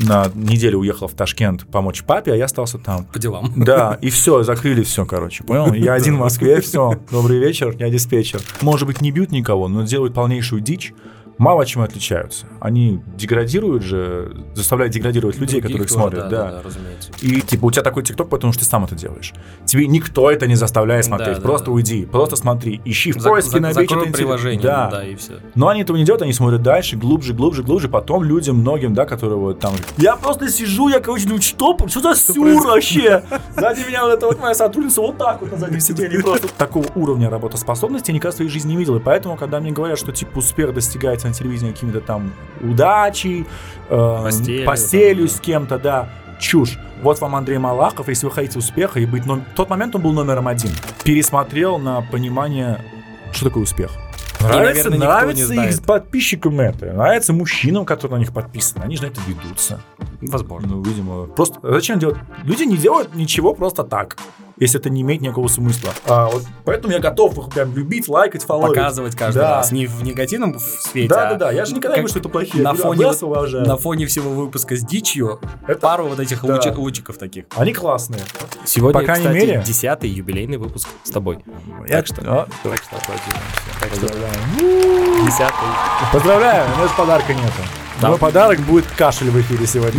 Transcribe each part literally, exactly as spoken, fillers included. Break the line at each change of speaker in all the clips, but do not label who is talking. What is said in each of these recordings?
на неделю уехал в Ташкент помочь папе, а я остался там.
По делам.
Да, и все, закрыли все, короче, понял? Я один в Москве, все, добрый вечер, я диспетчер. Может быть, не бьют никого, но делают полнейшую дичь. Мало чем отличаются. Они деградируют же, заставляют деградировать людей,
Других
которых
тоже,
смотрят.
Да,
да.
да, да, разумеется.
И типа у тебя такой ТикТок, потому что ты сам это делаешь. Тебе никто это не заставляет смотреть.
Да,
просто
да,
уйди, просто смотри. Ищи в
За,
поиске,
за,
набей
закрой
что-то
приложение,
да.
да, и все.
Но они этого не делают, они смотрят дальше, глубже, глубже, глубже. Потом людям, многим, да, которые вот там... Я просто сижу, я, короче, думаю, что, что за сюр вообще? Сзади меня вот эта вот моя сотрудница вот так вот на заднем сиденье. Просто такого уровня работоспособности я никогда в своей жизни не видел. И поэтому, когда мне говорят, что типа успех достигается на телевидении какими-то там удачей, э,
Постелью,
постелью
там,
с кем-то, да, чушь. Вот вам Андрей Малахов, если вы хотите успеха и быть... Но... В тот момент он был номером один. Пересмотрел на понимание, что такое успех. Нравится,
наверное,
нравится их подписчикам это. Нравится мужчинам, которые на них подписаны. Они же на это ведутся.
Возможно.
Ну, видимо. Просто зачем делать? Люди не делают ничего просто так, если это не имеет никакого смысла. А, вот, поэтому я готов их прям любить, лайкать, фолловить.
Показывать каждый
да.
раз. Не в негативном свете.
Да,
а
да, да. Я же никогда не говорю, что это плохие.
На,
Я
фоне,
вас уважаю.
на фоне всего выпуска с дичью
Это...
пару вот этих
да.
лучи, лучиков таких.
Они классные.
Сегодня,
По крайней
кстати,
мере...
десятый юбилейный выпуск с тобой.
Я...
Так что...
А,
так что
так что
поздравляем. Десятый.
Поздравляю, у меня же подарка нету.
Да.
Мой подарок будет кашель в эфире сегодня.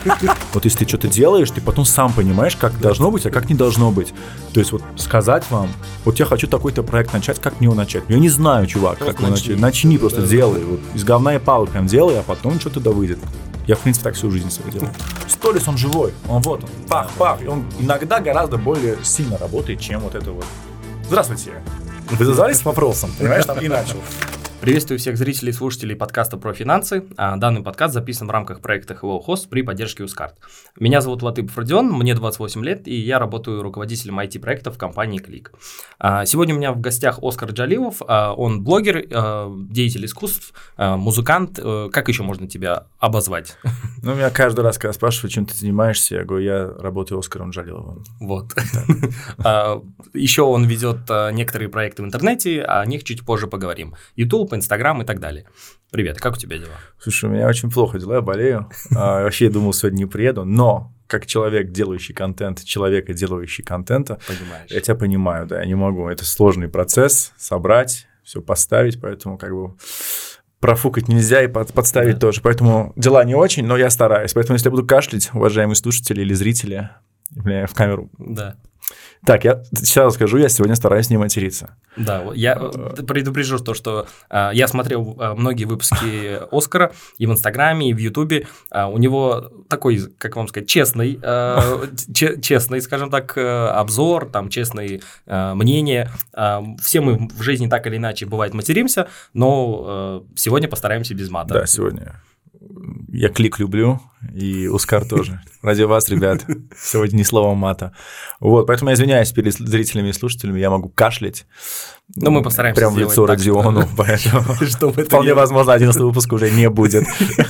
Вот если ты что-то делаешь, ты потом сам понимаешь, как должно быть, а как не должно быть. То есть вот сказать вам, вот я хочу такой-то проект начать, как мне его начать? Я не знаю, чувак, как его начать. Начни, просто делай. Вот из говна и палок прям делай, а потом что-то да выйдет. Я, в принципе, так всю жизнь свою делаю. Сторис, он живой, он вот он, пах-пах. И он иногда гораздо более сильно работает, чем вот это вот. Здравствуйте. Вы задались вопросом, понимаешь, там и начал.
Приветствую всех зрителей и слушателей подкаста про финансы. Данный подкаст записан в рамках проекта Hello Host при поддержке Ускарт. Меня зовут Латыпов Родион, мне двадцать восемь лет, и я работаю руководителем ай ти-проектов в компании Клик. Сегодня у меня в гостях Оскар Джалилов. Он блогер, деятель искусств, музыкант. Как еще можно тебя обозвать?
Ну, меня каждый раз, когда спрашивают, чем ты занимаешься, я говорю, я работаю Оскаром Джалиловым.
Вот. Еще он ведет некоторые проекты в интернете, о них чуть позже поговорим. YouTube, Инстаграм и так далее. Привет, как у тебя дела?
Слушай, у меня очень плохо дела, я болею. А, вообще, я думал, сегодня не приеду, но как человек, делающий контент, человека, делающий контента,
Понимаешь.
Я тебя понимаю, да, я не могу. Это сложный процесс, собрать, все поставить, поэтому как бы профукать нельзя и под, подставить да. тоже. Поэтому дела не очень, но я стараюсь. Поэтому если я буду кашлять, уважаемые слушатели или зрители, бля, в камеру.
Да.
Так, я сейчас скажу, я сегодня стараюсь не материться.
Да, я предупрежу то, что э, я смотрел э, многие выпуски Оскара и в Инстаграме, и в Ютубе. Э, у него такой, как вам сказать, честный, э, ч- честный, скажем так, э, обзор, там, честные э, мнения. Э, все мы в жизни так или иначе, бывает, материмся, но э, сегодня постараемся без мата.
Да, сегодня. Я Клик люблю, и Ускар тоже. Ради вас, ребят, сегодня ни слова мата. Вот, поэтому я извиняюсь перед зрителями и слушателями, я могу кашлять.
Но мы постараемся
прям в лицо
так,
Родиону,
что...
поэтому
чтобы
вполне
не...
возможно, одиннадцатого выпуска уже не будет.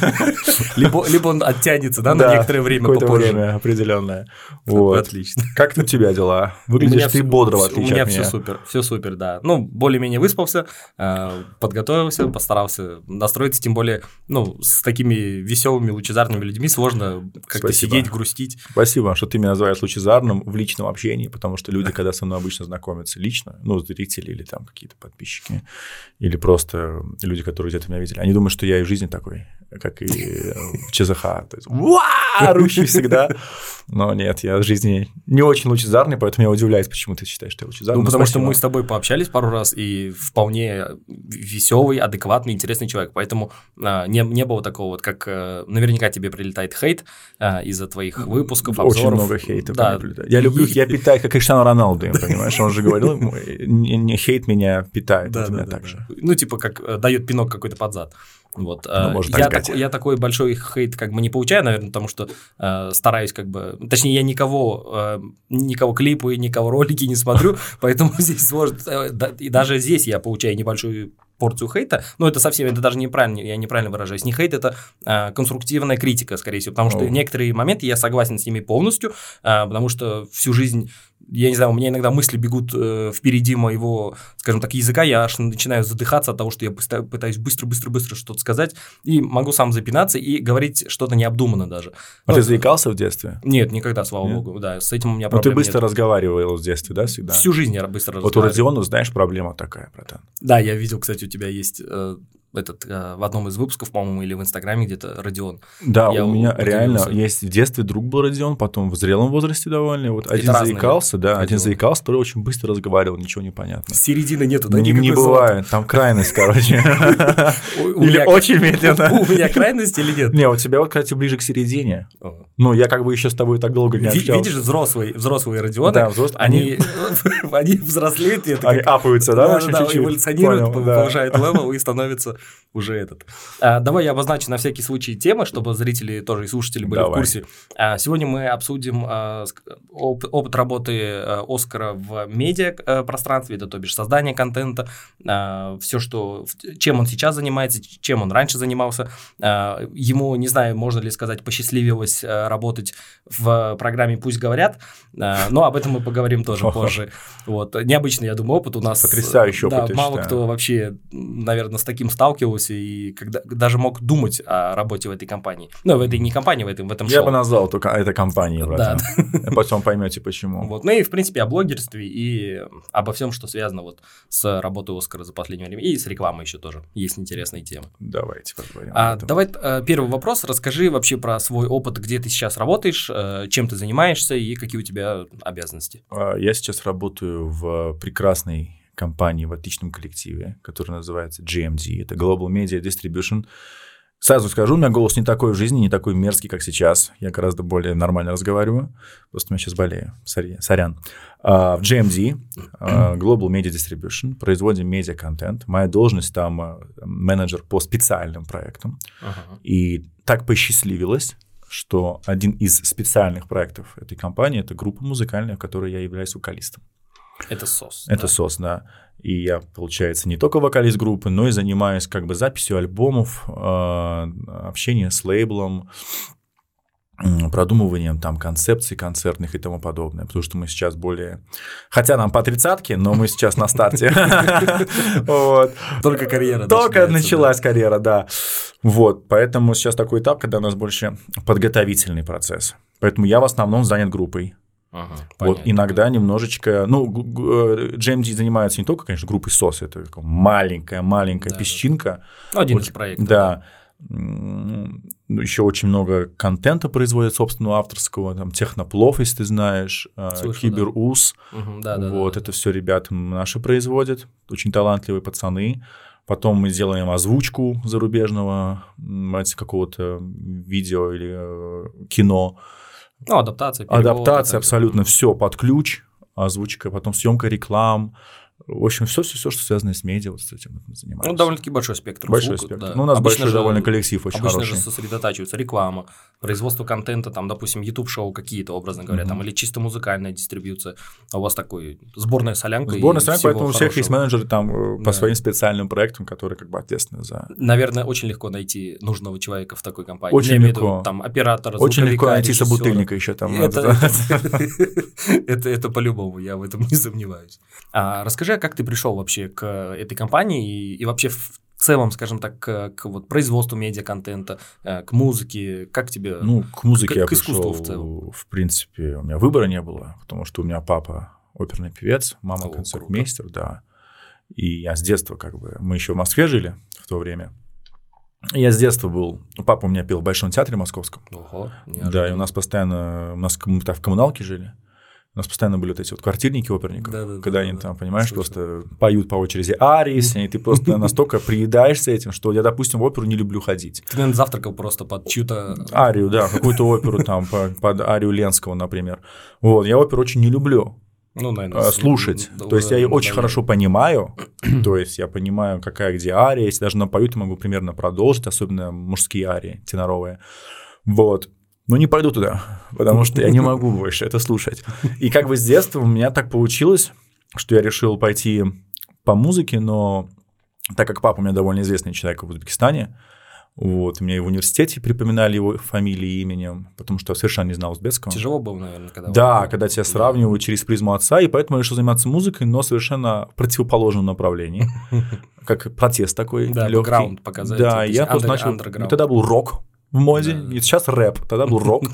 Либо, либо он оттянется, да,
да,
на некоторое время
какое-то
попозже.
время определенное. Вот.
Отлично.
Как у тебя дела? Выглядишь ты
все,
бодро, в отличие
от меня.
от меня.
У меня все супер, все супер, да. Ну, более-менее выспался, подготовился, постарался настроиться, тем более, ну, с такими веселыми, лучезарными людьми сложно как-то
Спасибо.
сидеть, грустить.
Спасибо, что ты меня называешь лучезарным в личном общении, потому что люди, когда со мной обычно знакомятся лично, ну, зрители или там какие-то подписчики, или просто люди, которые где-то меня видели, они думают, что я и в жизни такой, как и в ЧЗХ, то есть орущий всегда. Но нет, я в жизни не очень лучезарный, поэтому я удивляюсь, почему ты считаешь, что я лучезарный.
Ну, потому
спасибо.
что мы с тобой пообщались пару раз, и вполне веселый, адекватный, интересный человек, поэтому а, не, не было такого, вот как а, наверняка тебе прилетает хейт а, из-за твоих выпусков, обзоров.
Очень много хейта.
Да.
Я люблю, я питаю, как Криштиану Роналду, понимаешь, он же говорил, не, не хейт меня питает,
да,
это
да,
меня
да,
так
да.
же.
Ну, типа, как дает пинок какой-то под зад. Вот.
Ну, может,
я,
так
так, я такой большой хейт как бы не получаю, наверное, потому что э, стараюсь как бы... Точнее, я никого, э, никого клипы, никого ролики не смотрю, поэтому здесь сложно... И даже здесь я получаю небольшую порцию хейта, но это совсем, это даже неправильно, я неправильно выражаюсь. Не хейт, это э, конструктивная критика, скорее всего, потому что
О.
некоторые моменты я согласен с ними полностью, э, потому что всю жизнь я не знаю, у меня иногда мысли бегут э, впереди моего, скажем так, языка, я аж начинаю задыхаться от того, что я пытаюсь быстро-быстро-быстро что-то сказать, и могу сам запинаться и говорить что-то необдуманно даже.
А
ну,
ты заикался в детстве?
Нет, никогда, слава
нет?
богу, да, с этим у меня
проблем нет. Ну, ты быстро
нет.
разговаривал в детстве, да, всегда?
Всю жизнь я быстро
вот разговаривал. Вот у Родиона, знаешь, проблема такая, братан.
Да, я видел, кстати, у тебя есть... Э, этот, э, в одном из выпусков, по-моему, или в Инстаграме где-то Родион.
Да, я у меня удивился. Реально есть в детстве друг был Родион, потом в зрелом возрасте довольно. Вот это один заикался, да, Родион. один заикался, второй очень быстро разговаривал, ничего не понятно.
Середины нету, да?
Не, не бывает, там крайность, короче. Или очень медленно.
У меня крайность или нет?
Не, у тебя вот, кстати, ближе к середине. Ну, я как бы еще с тобой так долго не общался.
Видишь, взрослые, взрослые Родионы, они взрослеют.
Они апаются, да,
очень чуть-чуть? Эволюционируют, повышают левел и становятся уже этот. А, давай я обозначу на всякий случай темы, чтобы зрители тоже и слушатели были давай. в курсе. А, сегодня мы обсудим а, оп- опыт работы а, Оскара в медиапространстве, это то бишь создание контента, а, все, что, чем он сейчас занимается, чем он раньше занимался. А, ему, не знаю, можно ли сказать, посчастливилось а, работать в программе «Пусть говорят», а, но об этом мы поговорим тоже позже. Вот. Необычный, я думаю, опыт у нас.
Потрясающий опыт,
да, мало кто вообще, наверное, с таким сталкивался и когда, даже мог думать о работе в этой компании. Ну, в этой не компании, в этом, в этом
я
шоу.
бы назвал только это компанией, братан. Да. Потом поймете, почему.
Вот. Ну и, в принципе, о блогерстве и обо всем, что связано вот с работой Оскара за последнее время. И с рекламой еще тоже есть интересные темы.
Давайте поговорим.
А, давай первый вопрос. Расскажи вообще про свой опыт, где ты сейчас работаешь, чем ты занимаешься и какие у тебя обязанности.
Я сейчас работаю в прекрасной компании, в отличном коллективе, который называется джи эм ди. Это Global Media Distribution. Сразу скажу, у меня голос не такой в жизни, не такой мерзкий, как сейчас. Я гораздо более нормально разговариваю. Просто у меня сейчас болею. Сорян. В джи эм ди, Global Media Distribution, производим медиа-контент. Моя должность там менеджер по специальным проектам. Uh-huh. И так посчастливилось, что один из специальных проектов этой компании – это группа музыкальная, в которой я являюсь вокалистом.
Это сос.
Это да? сос, да. И я, получается, не только вокалист группы, но и занимаюсь как бы записью альбомов, общением с лейблом, продумыванием там концепций концертных и тому подобное. Потому что мы сейчас более... Хотя нам по тридцатке, но мы сейчас на старте.
Только карьера.
Только началась карьера, да. Вот, поэтому сейчас такой этап, когда у нас больше подготовительный процесс. Поэтому я в основном занят группой. Ага, вот иногда немножечко, ну, джи эм ди занимается не только, конечно, группой сос, это маленькая-маленькая да, песчинка.
Да. Один из проектов.
Да. Еще очень много контента производят собственного авторского, там Техноплов, если ты знаешь, Киберус.
Да. Угу, да, да,
вот
да,
это да. все ребята наши производят, очень талантливые пацаны. Потом мы делаем озвучку зарубежного какого-то видео или кино.
Ну, адаптация, перевод.
Адаптация, абсолютно все под ключ, озвучка, потом съемка реклам. В общем, все-все-все, что связано с медиа, вот с этим мы занимаемся.
Ну, довольно-таки большой спектр.
Большой
услуг,
спектр.
Да.
Ну, у нас
обычно
большой
же,
довольно коллектив, очень
обычно
хороший.
Обычно же сосредотачивается реклама, производство контента, там, допустим, YouTube-шоу какие-то, образно говоря, mm-hmm. там, или чисто музыкальная дистрибьюция. А у вас такой сборная солянка.
Сборная солянка, поэтому
хорошего.
у всех есть менеджеры там по да. своим специальным проектам, которые как бы ответственны за...
Наверное, очень легко найти нужного человека в такой компании.
Очень
Я
легко.
Виду, там, оператора,
очень легко найти собутыльника еще там.
Это по-любому, я в этом не сомневаюсь. Расскажи, как ты пришел вообще к этой компании и, и вообще в целом, скажем так, к, к вот производству медиаконтента, к музыке, как тебе?
Ну, к музыке
к,
я
к искусству
пришел,
в целом.
В принципе, у меня выбора не было, потому что у меня папа оперный певец, мама О, концертмейстер, круто. Да. И я с детства как бы, мы еще в Москве жили в то время. Я с детства был, папа у меня пел в Большом театре московском.
Ого,
да, и у нас постоянно, у нас мы в коммуналке жили. У нас постоянно были вот эти вот квартирники оперников, да, да, когда да, они да, там, понимаешь, слышно. Просто поют по очереди арии, и ты просто настолько приедаешься этим, что я, допустим, в оперу не люблю ходить.
Ты, наверное, завтракал просто под чью-то...
Арию, да, какую-то оперу там, под арию Ленского, например. Вот, я оперу очень не люблю.
Ну, наверное,
слушать. Да, то есть я ее очень да, хорошо понимаю, то есть я понимаю, какая где ария, если даже напоют, я могу примерно продолжить, особенно мужские арии, теноровые. Вот. Ну, не пойду туда, потому что я не могу больше это слушать. И как бы с детства у меня так получилось, что я решил пойти по музыке, но так как папа у меня довольно известный человек в Узбекистане, Вот, мне и в университете припоминали его фамилией и именем, потому что я совершенно не знал узбекского.
Тяжело было, наверное, когда...
Да, вы... когда тебя сравнивают да. через призму отца, и поэтому я решил заниматься музыкой, но совершенно в противоположном направлении. Как протест такой легкий. Да,
бэкграунд показать.
Да, я просто начал... Тогда был рок в моде, и сейчас рэп, тогда был рок.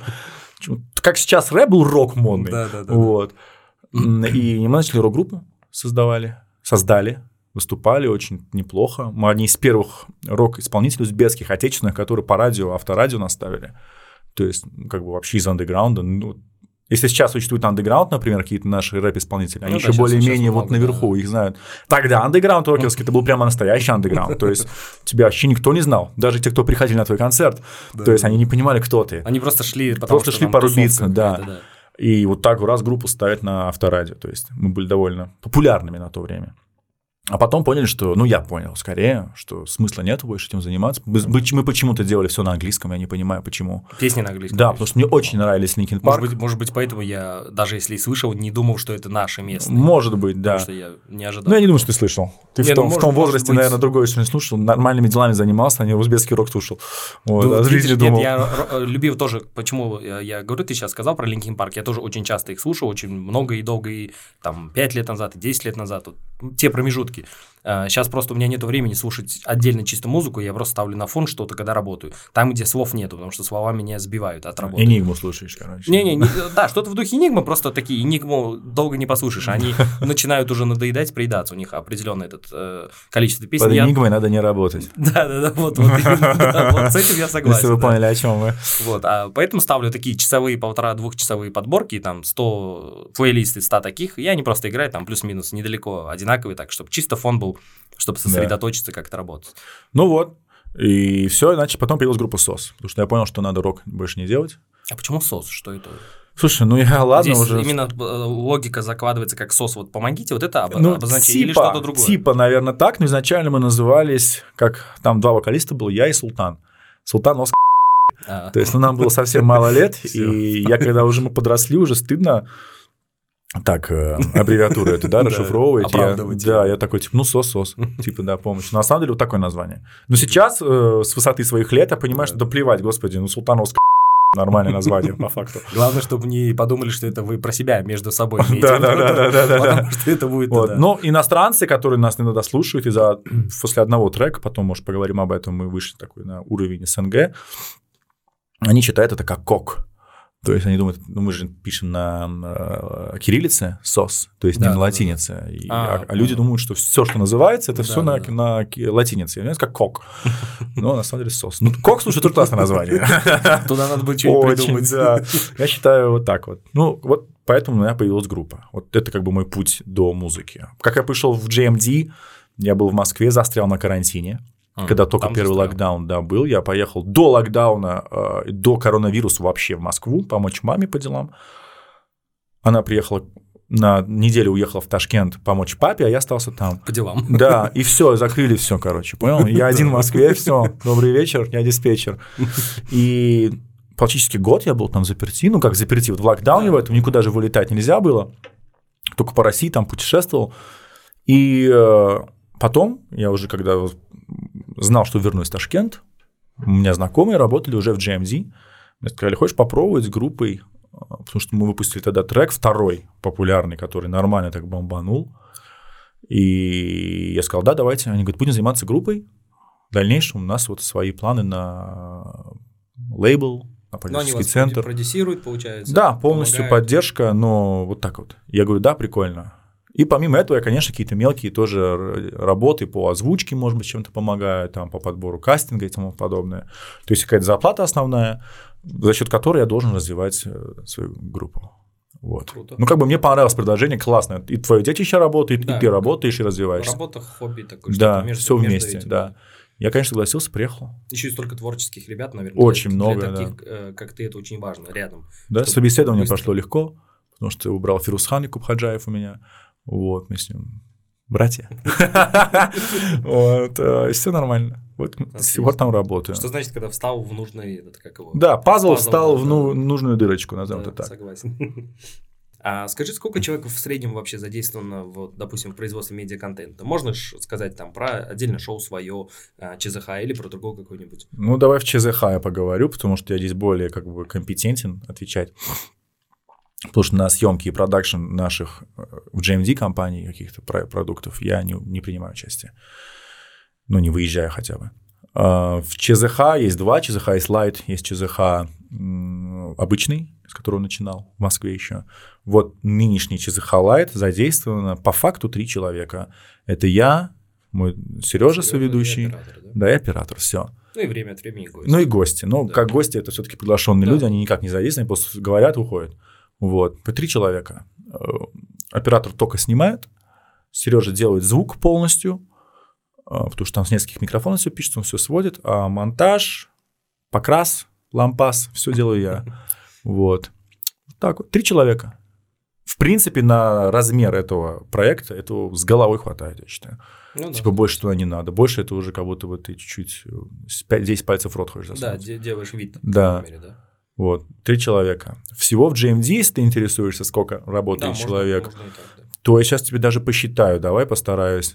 Как сейчас рэп был рок модный.
Да, да, да.
Вот. И мы начали рок-группу, создавали, создали. Выступали очень неплохо. Мы одни из первых рок-исполнителей узбекских, отечественных, которые по радио, авторадио наставили. То есть, как бы вообще из андеграунда. Ну, если сейчас существует андеграунд, например, какие-то наши рэп-исполнители, они ну, еще да, более-менее вот много, наверху, да. их знают. Тогда андеграунд рокерский, это был прямо настоящий андеграунд. То есть, тебя вообще никто не знал. Даже те, кто приходили на твой концерт. То есть, они не понимали, кто ты.
Они просто шли,
Просто шли порубиться, да. И вот так раз группу ставить на авторадио. То есть, мы были довольно популярными на то время. А потом поняли, что, ну, я понял скорее, что смысла нет больше этим заниматься. Мы почему-то делали все на английском, я не понимаю, почему.
Песни на английском.
Да, потому что мне очень нравились Linkin Park.
Может быть, может быть, поэтому я, даже если и слышал, не думал, что это наши местные.
Может быть, да.
Потому что я не ожидал.
Ну, я не думаю, что ты слышал. Ты не, в том, ну, может, в том возрасте, быть... наверное, другое еще не слушал, нормальными делами занимался, а не узбекский рок слушал. Вот, ну, а зрители
нет,
думал...
я любил тоже, почему я, я говорю, ты сейчас сказал про Linkin Park, я тоже очень часто их слушал, очень много и долго, и там пять лет назад, и десять лет назад, вот, те промежутки. Сейчас просто у меня нет времени слушать отдельно чисто музыку, я просто ставлю на фон что-то, когда работаю. Там, где слов нету, потому что слова меня сбивают от работы.
Энигму слушаешь, короче.
Не-не, да, что-то в духе Энигмы, просто такие Энигму долго не послушаешь, они начинают уже надоедать, приедаться, у них определенное этот, э, количество песен.
Под Энигмой я... надо не работать.
Да-да-да, вот, вот, да, вот с этим я согласен.
Если вы
да.
поняли, о чем мы.
Вот, а поэтому ставлю такие часовые, полтора-двухчасовые подборки, там сто плейлисты, ста таких, и они просто играют там плюс-минус недалеко одинаковые, так, чтобы чисто фон был, чтобы сосредоточиться, да. как-то работать.
Ну вот, и все, иначе потом появилась группа СОС, потому что я понял, что надо рок больше не делать.
А почему СОС? Что это?
Слушай, ну я ладно
Здесь
уже...
именно логика закладывается как СОС, вот помогите, вот это
ну,
обозначение
типа,
или что-то другое?
Типа, наверное, так, но изначально мы назывались, как там два вокалиста было, я и Султан. Султан Оскар. А. То есть, ну, нам было совсем мало лет, и я, когда уже мы подросли, уже стыдно так, аббревиатуру эту, да, расшифровывать. Да, я такой, типа, ну, СОС-СОС, типа, да, помощь. На самом деле, вот такое название. Но сейчас, с высоты своих лет, я понимаю, что да плевать, господи, ну, Султан Оскар. Нормальное название, по факту.
Главное, чтобы не подумали, что это вы про себя между собой имеете.
Да-да-да.
Потому что это будет...
Но иностранцы, которые нас иногда слушают, из-за после одного трека, потом, может, поговорим об этом, мы вышли такой на уровень СНГ, они считают это как кок. То есть они думают, ну мы же пишем на кириллице СОС, то есть да, не на латинице. Да, да. И, а, а люди думают, что все, что называется, это да, все да, на, да. на латинице. Это как кок. Но на самом деле СОС. Ну, кок, слушай, тоже классное название.
Туда надо будет что-нибудь придумать.
Да. Я считаю вот так вот. Ну, вот поэтому у меня появилась группа. Вот это как бы мой путь до музыки. Как я пришел в джей эм ди, я был в Москве, застрял на карантине. Когда только первый застрял. локдаун да, был, я поехал до локдауна, э, до коронавируса вообще в Москву помочь маме по делам. Она приехала на неделю, уехала в Ташкент помочь папе, а я остался там.
По делам.
Да, и все, закрыли все, короче, понял? Я один в Москве, все, добрый вечер, я диспетчер. И практически год я был там заперти, ну как заперти, вот в локдауне в этом никуда же вылетать нельзя было, только по России там путешествовал. И э, потом, я уже когда... знал, что вернусь в Ташкент. У меня знакомые работали уже в джей эм ди. Мне сказали, хочешь попробовать с группой? Потому что мы выпустили тогда трек второй популярный, который нормально так бомбанул. И я сказал, да, давайте. Они говорят, будем заниматься группой. В дальнейшем у нас вот свои планы на лейбл, на продюсерский центр.
Но они вас продюсируют, получается?
Да, полностью помогают. Поддержка, но вот так вот. Я говорю, да, прикольно. И помимо этого я, конечно, какие-то мелкие тоже работы по озвучке, может быть, чем-то помогаю, там, по подбору кастинга и тому подобное. То есть какая-то зарплата основная, за счет которой я должен развивать свою группу. Вот.
Круто.
Ну, как бы мне понравилось предложение, классно. И твое детище работает, да, и ты работаешь и развиваешься.
Работа, хобби такое.
Да, между, все вместе, этим, да. Я, конечно, согласился, приехал.
Еще и столько творческих ребят, наверное.
Очень
для,
много,
для таких,
да.
как ты, это очень важно, рядом.
Да, собеседование быстро. Прошло легко, потому что убрал Фирусхан Якуб Хаджаев у меня. Вот, мы с ним братья. Вот, все нормально. Вот с сих пор там работаю.
Что значит, когда встал в нужный, это как его?
Да, пазл встал в нужную дырочку, назовем это так.
Согласен. А скажи, сколько человек в среднем вообще задействовано, вот, допустим, в производстве медиаконтента? Можно сказать там про отдельно шоу свое, ЧЗХ или про другого какой-нибудь?
Ну, давай в ЧЗХ я поговорю, потому что я здесь более как бы компетентен отвечать. Потому что на съемки и продакшн наших в джей эм ди компаний каких-то продуктов я не, не принимаю участие. Ну, не выезжаю хотя бы. В ЧЗХ есть два, ЧЗХ есть Light, есть ЧЗХ обычный, с которого начинал в Москве еще. Вот нынешний ЧЗХ Light задействовано по факту три человека. Это я, мой Сережа, соведущий, оператор, да? Да, и оператор, все.
Ну и время от времени гости.
Ну и гости. Ну, да. Как гости, это все-таки приглашенные да. люди, они никак не задействованы, просто говорят, уходят. Вот, по три человека. Оператор только снимает, Сережа делает звук полностью, потому что там с нескольких микрофонов все пишется, он все сводит, а монтаж, покрас, лампас, все делаю я. Вот. Так вот, три человека. В принципе, на размер этого проекта этого с головой хватает, я считаю. Ну, типа да, больше туда не надо. Больше это уже как будто бы ты чуть-чуть десять пальцев в рот хочешь засунуть.
Да, делаешь вид.
Да. Мере, да. Вот, три человека. Всего в джей эм ди, если ты интересуешься, сколько работает да, человек, можно, можно так, да. то я сейчас тебе даже посчитаю. Давай постараюсь.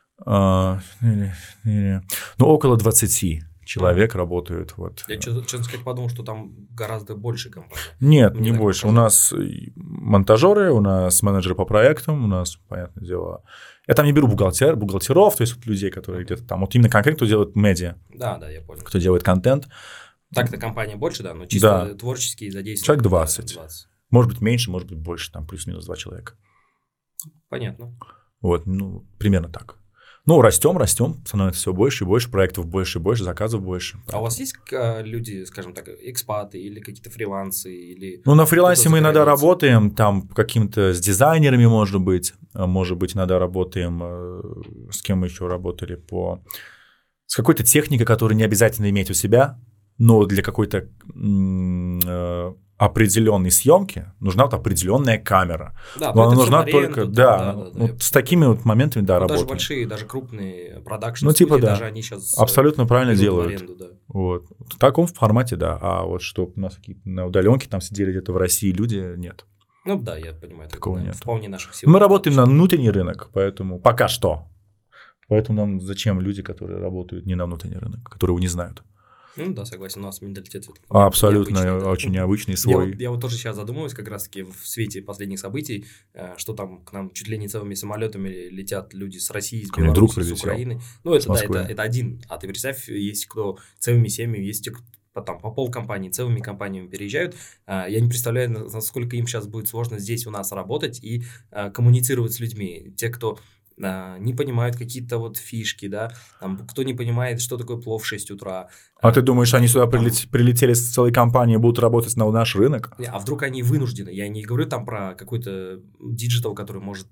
А, или, или, ну, около двадцати человек а. работают. Вот.
Я, честно сказать, подумал, что там гораздо больше компаний.
Нет, Мне не больше. Покажу. У нас монтажеры, у нас менеджеры по проектам, у нас, понятное дело... Я там не беру бухгалтер, бухгалтеров, то есть вот людей, которые где-то там... Вот именно конкретно, кто делает медиа.
Да, да, я понял.
Кто делает контент.
Так-то компания больше, да, но чисто да. творческие задействованы.
Человек двадцать. двадцать. Может быть, меньше, может быть, больше, там плюс-минус два человека.
Понятно.
Вот, ну, примерно так. Ну, растем, растем, становится все больше и больше, проектов больше и больше, заказов больше.
А у вас есть а, люди, скажем так, экспаты или какие-то фрилансы? Или
ну, на фрилансе мы иногда работаем, там каким-то с дизайнерами, может быть, может быть, иногда работаем, с кем мы еще работали, по... с какой-то техникой, которую не обязательно иметь у себя, но для какой-то э, определенной съемки нужна вот определенная камера. Да, но она нужна только, да, да, да, да вот да, с такими вот моментами, да,
ну,
работаем.
Даже большие, даже крупные продакшн
ну, типа, да.
даже они сейчас
абсолютно правильно делают.
Аренду, да.
Вот. В таком формате, да. А вот что у нас какие-то на удаленке там сидели где-то в России люди, нет.
Ну да, я понимаю.
Такого
да,
нет.
Вполне наших сил.
Мы работаем на внутренний рынок, поэтому пока что. Поэтому нам зачем люди, которые работают не на внутренний рынок, которые его не знают.
Ну да, согласен, у нас менталитет
абсолютно необычный, да. очень необычный свой.
Я, я вот тоже сейчас задумываюсь как раз-таки в свете последних событий, что там к нам чуть ли не целыми самолетами летят люди с России, с Беларуси, с Украины. Ну это, да, это, это один, а ты представь, есть кто целыми семьями, есть те, кто там по полкомпании, целыми компаниями переезжают. Я не представляю, насколько им сейчас будет сложно здесь у нас работать и коммуницировать с людьми. Те, кто... не понимают какие-то вот фишки, да, там, кто не понимает, что такое плов в шесть утра.
А, а ты думаешь, они сюда там... прилетели с целой компанией и будут работать на наш рынок?
А вдруг они вынуждены? Я не говорю там про какой-то диджитал, который может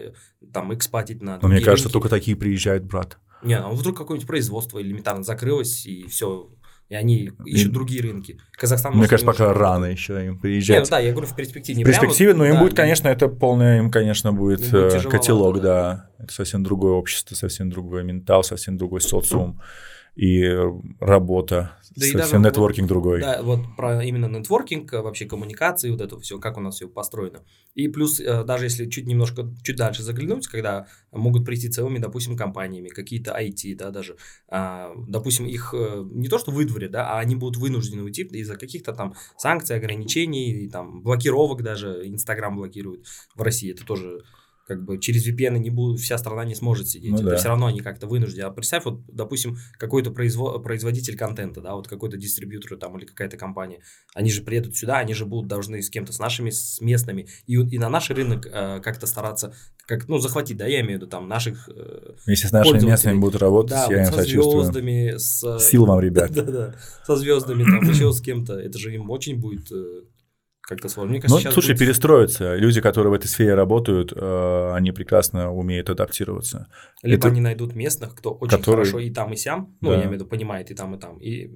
там экспатить на...
Но мне кажется, рынки. Только такие приезжают, брат.
Не, а вдруг какое-нибудь производство элементарно закрылось, и все... И они ищут и... другие рынки. Казахстан...
Мне кажется, пока рано еще им приезжать.
Нет, ну да, я говорю в перспективе.
В перспективе, но им
да,
будет, конечно, это полное, им, конечно, будет, будет котелок, да.
да.
Это совсем другое общество, совсем другой ментал, совсем другой социум и работа, да совсем и нетворкинг вот, другой.
Да, вот про именно нетворкинг, вообще коммуникации, вот это все, как у нас все построено. И плюс, даже если чуть немножко, чуть дальше заглянуть, когда могут прийти целыми, допустим, компаниями, какие-то ай ти, да, даже, допустим, их не то что выдворят, да, а они будут вынуждены уйти из-за каких-то там санкций, ограничений, там, блокировок даже, Инстаграм блокирует в России, это тоже... Как бы через ви пи эн не будут, вся страна не сможет сидеть.
Ну,
это
да.
все равно они как-то вынуждены. А представь, вот, допустим, какой-то производ... производитель контента, да, вот какой-то дистрибьютор там или какая-то компания, они же приедут сюда, они же будут должны с кем-то, с нашими, с местными, и, и на наш рынок э, как-то стараться, как, ну, захватить, да, я имею в виду там наших э,
если с нашими местными будут работать,
да,
я
вот
им
со
сочувствую.
Звездами, с...
Сил вам, ребят.
Да-да, со звездами, там, еще с кем-то, это же им очень будет... Как-то сложно. Мне кажется,
ну, слушай, будет... перестроятся. Люди, которые в этой сфере работают, э, они прекрасно умеют адаптироваться.
Либо
это...
они найдут местных, кто очень которые... хорошо и там, и сям, ну, да. я имею в виду, понимает и там, и там, и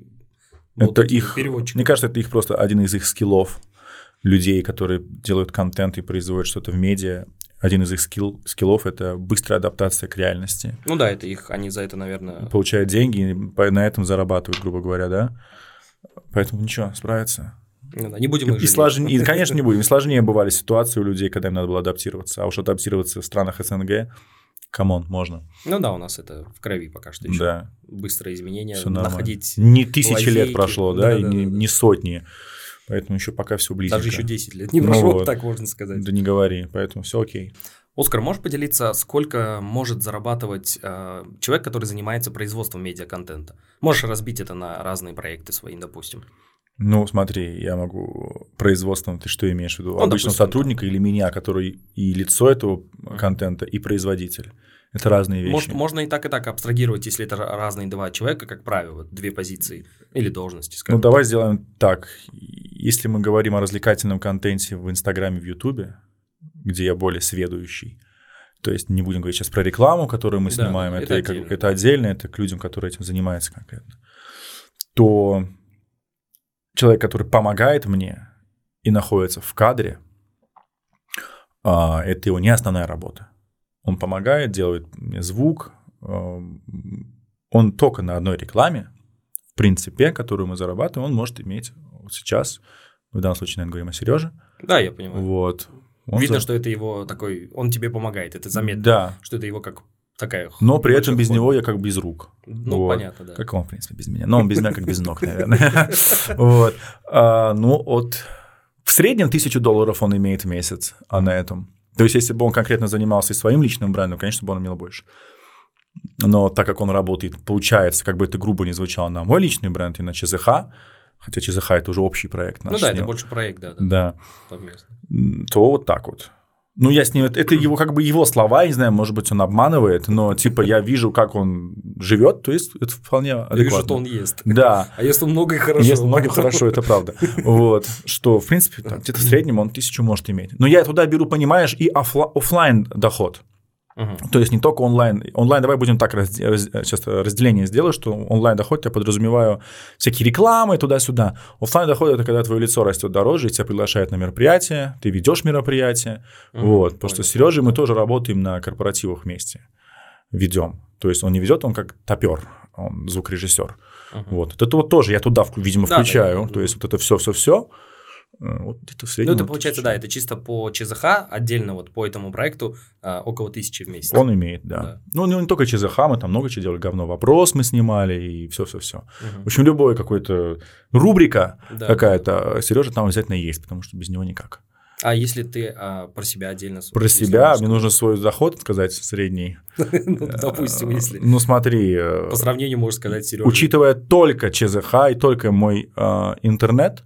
это их, мне кажется, это их просто один из их скиллов, людей, которые делают контент и производят что-то в медиа. Один из их скилл, скиллов – это быстрая адаптация к реальности.
Ну да, это их, они за это, наверное…
Получают деньги и на этом зарабатывают, грубо говоря, да? Поэтому ничего, справятся.
Ну, да, не будем их
и сложнее, и, конечно, не будем. И сложнее бывали ситуации у людей, когда им надо было адаптироваться. А уж адаптироваться в странах СНГ, камон, можно.
Ну да, у нас это в крови пока что еще.
Да.
Быстрые изменения,
Всё
находить
Не тысячи
лазейки.
лет прошло, да,
Да,
и
да,
не,
да, да.
не сотни. Поэтому еще пока все близко.
Даже еще десять лет не прошло,
Ну вот.
так можно сказать.
Да не говори, поэтому все окей.
Оскар, можешь поделиться, сколько может зарабатывать э, человек, который занимается производством медиаконтента? Можешь разбить это на разные проекты свои, допустим.
Ну, смотри, я могу производством, ты что имеешь в виду?
Ну,
Обычного
допустим,
сотрудника или меня, который и лицо этого контента, и производитель. Это разные вещи.
Может, можно и так, и так абстрагировать, если это разные два человека, как правило, две позиции или должности, скажем.
Ну, давай сделаем так. Если мы говорим о развлекательном контенте в Инстаграме, в Ютубе, где я более сведущий, то есть не будем говорить сейчас про рекламу, которую мы
Да,
снимаем,
это
это,
отдельно.
как, это отдельно, это к людям, которые этим занимаются конкретно, то человек, который помогает мне и находится в кадре, а, это его не основная работа. Он помогает, делает мне звук, он только на одной рекламе, в принципе, которую мы зарабатываем, он может иметь вот сейчас, в данном случае, наверное, говорим о Сереже.
Да, я понимаю.
Вот. Он
Видно,
за...
что это его такой, он тебе помогает, это заметно,
да.
что это его как такая...
Но при этом
большой
без
хобби.
него я как без рук.
Ну,
вот.
понятно, да.
Как он, в принципе, без меня. Но он без меня как без ног, наверное. Вот. Ну, от... В среднем тысячу долларов он имеет в месяц, а на этом. То есть, если бы он конкретно занимался и своим личным брендом, конечно, бы он имел больше. Но так как он работает, получается, как бы это грубо не звучало, на мой личный бренд и на ЧЗХ, хотя ЧЗХ – это уже общий проект наш.
Ну да,
с
это
ним.
больше проект, да.
Да.
Совместно.
То вот так вот. Ну, я с ним... Это его как бы его слова, не знаю, может быть, он обманывает, но типа я вижу, как он живет, то есть это вполне адекватно.
Я вижу, что он ест.
Да.
А ест он много и хорошо.
Ест много и хорошо, это правда. Вот. Что, в принципе, там, где-то в среднем он тысячу может иметь. Но я туда беру, понимаешь, и офла- офлайн доход. Uh-huh. То есть не только онлайн. Онлайн, давай будем так, раз, раз, сейчас разделение сделаю, что онлайн доход я подразумеваю всякие рекламы туда-сюда. Офлайн доход – это когда твое лицо растет дороже, и тебя приглашают на мероприятие, ты ведешь мероприятие. Uh-huh. Вот. Потому что с Сережей мы тоже работаем на корпоративах вместе, ведем. То есть он не ведет, он как топер, он звукорежиссер. Uh-huh. Вот. Это вот тоже я туда, видимо, включаю. Да, да, да. То есть вот это все-все-все. Вот где-то в среднем.
Ну, это
вот
получается,
тысяча.
да, это чисто по ЧЗХ, отдельно вот по этому проекту а, около тысячи в месяц.
Он имеет, да.
да.
Ну, не только ЧЗХ, мы там много чего делали, говно вопрос мы снимали и все-все-все. Угу. В общем, любое какое-то рубрика да. какая-то, Сережа там обязательно есть, потому что без него никак.
А если ты а, про себя отдельно...
Про себя, мне нужно свой доход сказать средний.
Допустим, если...
Ну, смотри...
По сравнению, можешь сказать, Сережа.
Учитывая только ЧЗХ и только мой интернет,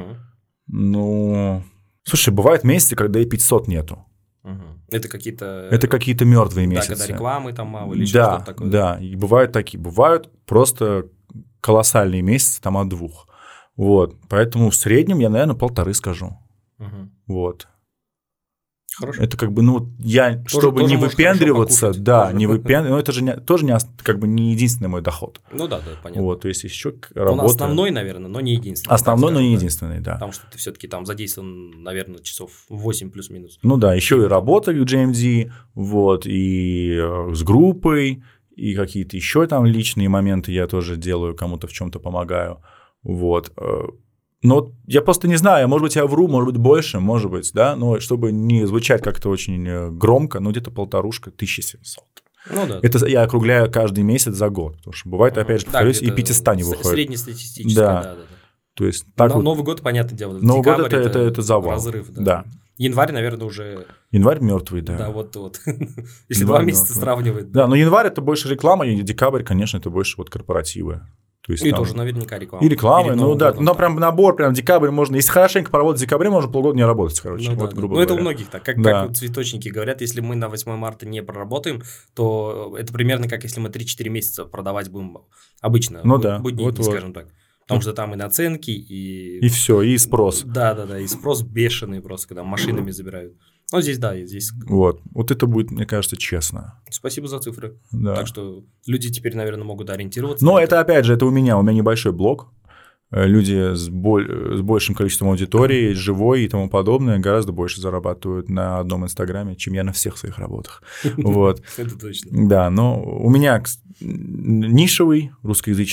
ну, слушай, бывают месяцы, когда и пятьсот нету.
Угу. Это какие-то...
Это какие-то мертвые месяцы.
Да, когда рекламы там мало или
да,
что-то такое.
Да, и бывают такие. Бывают просто колоссальные месяцы, там от двух. Вот, поэтому в среднем я, наверное, полторы скажу.
Угу.
Вот.
Хорошо.
Это как бы, ну, я, тоже, чтобы тоже не выпендриваться, да, покушать. не выпендриваться, но это же не, тоже не, как бы не единственный мой доход.
Ну да, да, понятно.
Вот, то есть еще работа...
Он основной, наверное, но не единственный.
Основной, но не единственный, да.
Потому что ты все-таки там задействован, наверное, часов восемь плюс-минус.
Ну да, еще и работа в джи эм ди, вот, и с группой, и какие-то еще там личные моменты я тоже делаю, кому-то в чем-то помогаю, вот. Но я просто не знаю, может быть, я вру, может быть, больше, может быть, да, но чтобы не звучать как-то очень громко, ну, где-то полторушка, тысяча семьсот.
Ну, да.
Это я округляю каждый месяц за год, потому что бывает, ага. опять же, повторюсь, да, и пятьсот не выходит.
Среднестатистически,
да.
да, да, да.
То есть так вот...
Новый год, понятное дело,
Новый
декабрь
год это, это, это завал.
Разрыв, да.
да.
Январь, наверное, уже...
Январь мертвый, да.
Да, вот-вот. Если два месяца сравнивать.
Да, но январь это больше реклама, и декабрь, конечно, это больше вот корпоративы. То есть,
и
там...
тоже наверняка реклама.
И реклама, ну да, ну прям набор, прям декабрь можно, если хорошенько поработать в декабре, можно полгода не работать, короче,
ну,
вот
да,
грубо
да.
говоря.
Ну это у многих так, как, да. как цветочники говорят, если мы на восьмое марта не проработаем, то это примерно как если мы три-четыре месяца продавать будем обычно,
ну, да.
будни, вот, скажем так. Потому что там и наценки, и...
И все, и спрос.
Да-да-да, и спрос бешеный просто, когда машинами забирают. Ну, здесь, да, здесь...
Вот, вот это будет, мне кажется, честно.
Спасибо за цифры.
Да.
Так что люди теперь, наверное, могут ориентироваться.
Но это, опять же, это у меня, у меня небольшой блог. Люди с, боль, с большим количеством аудитории, живой и тому подобное, гораздо больше зарабатывают на одном Инстаграме, чем я на всех своих работах. Вот.
Это точно.
Да, но у меня нишевый, русскоязычный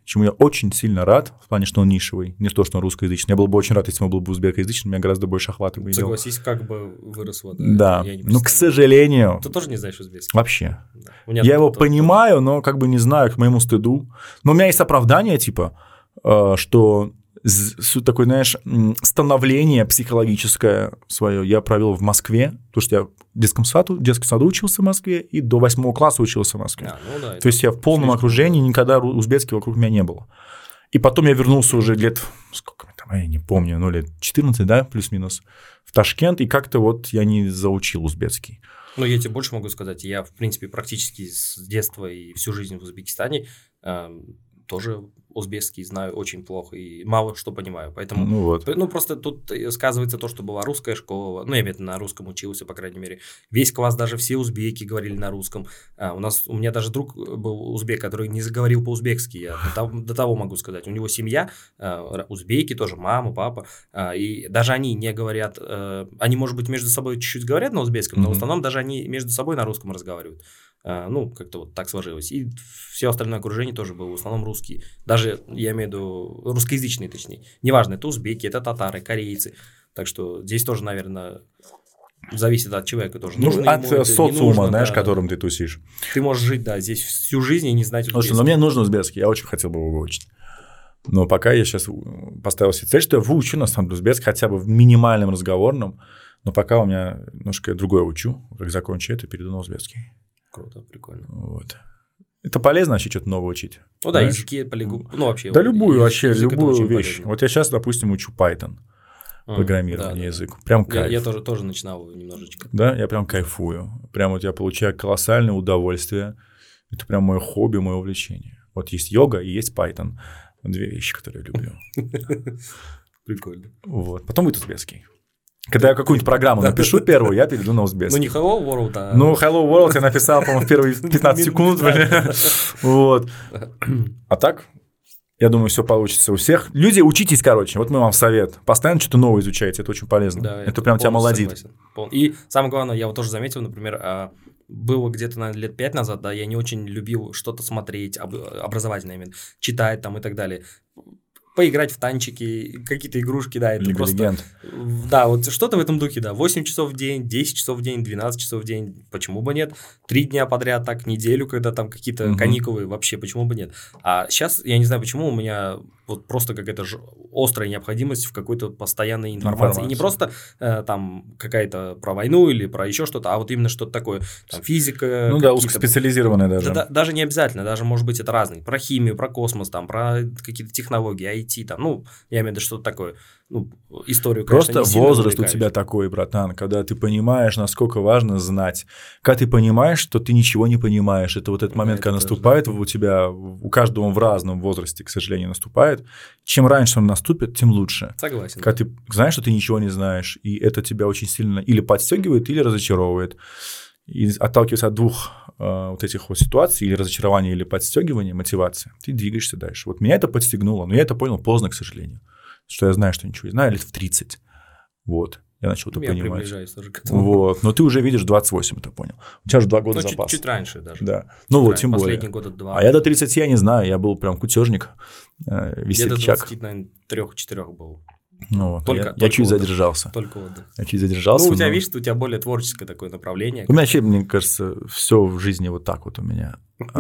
чему я очень сильно рад, в плане, что он нишевый, не то, что он русскоязычный. Я был бы очень рад, если он был бы узбекоязычным, меня гораздо больше охвата бы имел.
Согласись, как бы выросло.
Да, но, к сожалению...
Ты тоже не знаешь узбекский?
Вообще. Да. Я его понимаю, но как бы не знаю, к моему стыду. Но у меня есть оправдание, типа, что... такое, знаешь, становление психологическое свое я провел в Москве, потому что я в детском саду, в детском саду учился в Москве и до восьмого класса учился в Москве. А, ну да, то есть я в полном окружении, никогда узбекский вокруг меня не было. И потом я вернулся уже лет, сколько там, я не помню, ну лет четырнадцать, да, плюс-минус, в Ташкент, и как-то вот я не заучил узбекский.
Ну, я тебе больше могу сказать, я, в принципе, практически с детства и всю жизнь в Узбекистане э, тоже узбекский знаю очень плохо и мало что понимаю, поэтому,
ну, вот.
ну, просто тут сказывается то, что была русская школа, ну, я имею в виду, на русском учился, по крайней мере, весь класс, даже все узбеки говорили на русском, а, у нас, у меня даже друг был узбек, который не заговорил по-узбекски, я до того, до того могу сказать, у него семья, а, узбеки тоже, мама, папа, а, и даже они не говорят, а, они, может быть, между собой чуть-чуть говорят на узбекском, mm-hmm. но в основном даже они между собой на русском разговаривают. Ну, как-то вот так сложилось. И все остальное окружение тоже было в основном русские. Даже, я имею в виду, русскоязычные, точнее. Неважно, это узбеки, это татары, корейцы. Так что здесь тоже, наверное, зависит от человека тоже.
Ну,
нужно
от ему, социума, нужно, знаешь, да, которым ты тусишь.
Ты можешь жить, да, здесь всю жизнь и не знать узбекский.
Слушай, но мне нужен узбекский, я очень хотел бы его выучить. Но пока я сейчас поставил себе цель, что я выучу, на самом деле, узбекский, хотя бы в минимальном разговорном. Но пока у меня немножко другое учу. Как закончу это, перейду на узбекский.
Круто, прикольно.
Вот. Это полезно вообще что-то новое учить.
Ну да, знаешь? Языки, полигу... ну вообще.
Да любую вообще, любую вещь. Полезно. Вот я сейчас, допустим, учу Python, а, программирование, да, язык. Прям кайф.
Я, я тоже, тоже начинал немножечко.
Да, я прям кайфую. Прям вот я получаю колоссальное удовольствие. Это прям мое хобби, мое увлечение. Вот есть йога и есть Python. Две вещи, которые я люблю.
Прикольно.
Вот. Потом будет узбекский. Когда я какую-нибудь программу напишу первую, я перейду на узбекский.
Ну, не Hello World, а...
Ну, Hello World я написал, по-моему, в первые пятнадцать секунд. Вот. А так, я думаю, все получится у всех. Люди, учитесь, короче. Вот мы вам совет. Постоянно что-то новое изучаете, это очень полезно. Да, это, это прям тебя молодит.
И самое главное, я вот тоже заметил, например, было где-то, наверное, лет пять назад, да, я не очень любил что-то смотреть, образовательное именно, читать там и так далее. Поиграть в танчики, какие-то игрушки, да, это
Лига
просто...
Легенд.
Да, вот что-то в этом духе, да, восемь часов в день, десять часов в день, двенадцать часов в день, почему бы нет? Три дня подряд, так, неделю, когда там какие-то угу. каникулы, вообще, почему бы нет? А сейчас, я не знаю, почему у меня вот просто какая-то ж... острая необходимость в какой-то постоянной информации. Информация. И не просто э, там какая-то про войну или про еще что-то, а вот именно что-то такое, там физика.
Ну да, узкоспециализированное даже.
Да, да, даже не обязательно, даже может быть это разные. Про химию, про космос, там, про какие-то технологии, ай ти, там, ну, я имею в виду что-то такое. Ну, историю, конечно,
просто возраст у тебя такой, братан, когда ты понимаешь, насколько важно знать. Когда ты понимаешь, что ты ничего не понимаешь, это вот этот момент, да, когда наступает, тоже, да. у тебя, у каждого в разном возрасте, к сожалению, наступает. Чем раньше он наступит, тем лучше.
Согласен.
Когда да. ты знаешь, что ты ничего не знаешь, и это тебя очень сильно или подстегивает, или разочаровывает. И отталкиваясь от двух э, вот этих вот ситуаций, или разочарования, или подстегивания, мотивации, ты двигаешься дальше. Вот меня это подстегнуло, но я это понял поздно, к сожалению. Что я знаю, что ничего не знаю, лет в тридцать. Вот. Я начал это
я
понимать.
Я приближаюсь тоже к этому.
Вот. Но ты уже видишь двадцать восемь, это понял. У тебя же два года
ну,
запаса.
Чуть, чуть раньше даже.
Да. Ну вот, тем более.
Последний года два.
А я до тридцати, я не знаю, я был прям кутежник, э, весельчак.
Я до двадцати, наверное, трех-четырех был.
Ну, вот,
только,
я,
только
я чуть
отдых.
задержался.
Только отдых.
Я чуть задержался.
Ну, у тебя,
но...
видишь, у тебя более творческое такое направление.
У меня вообще, мне кажется, все в жизни вот так вот у меня.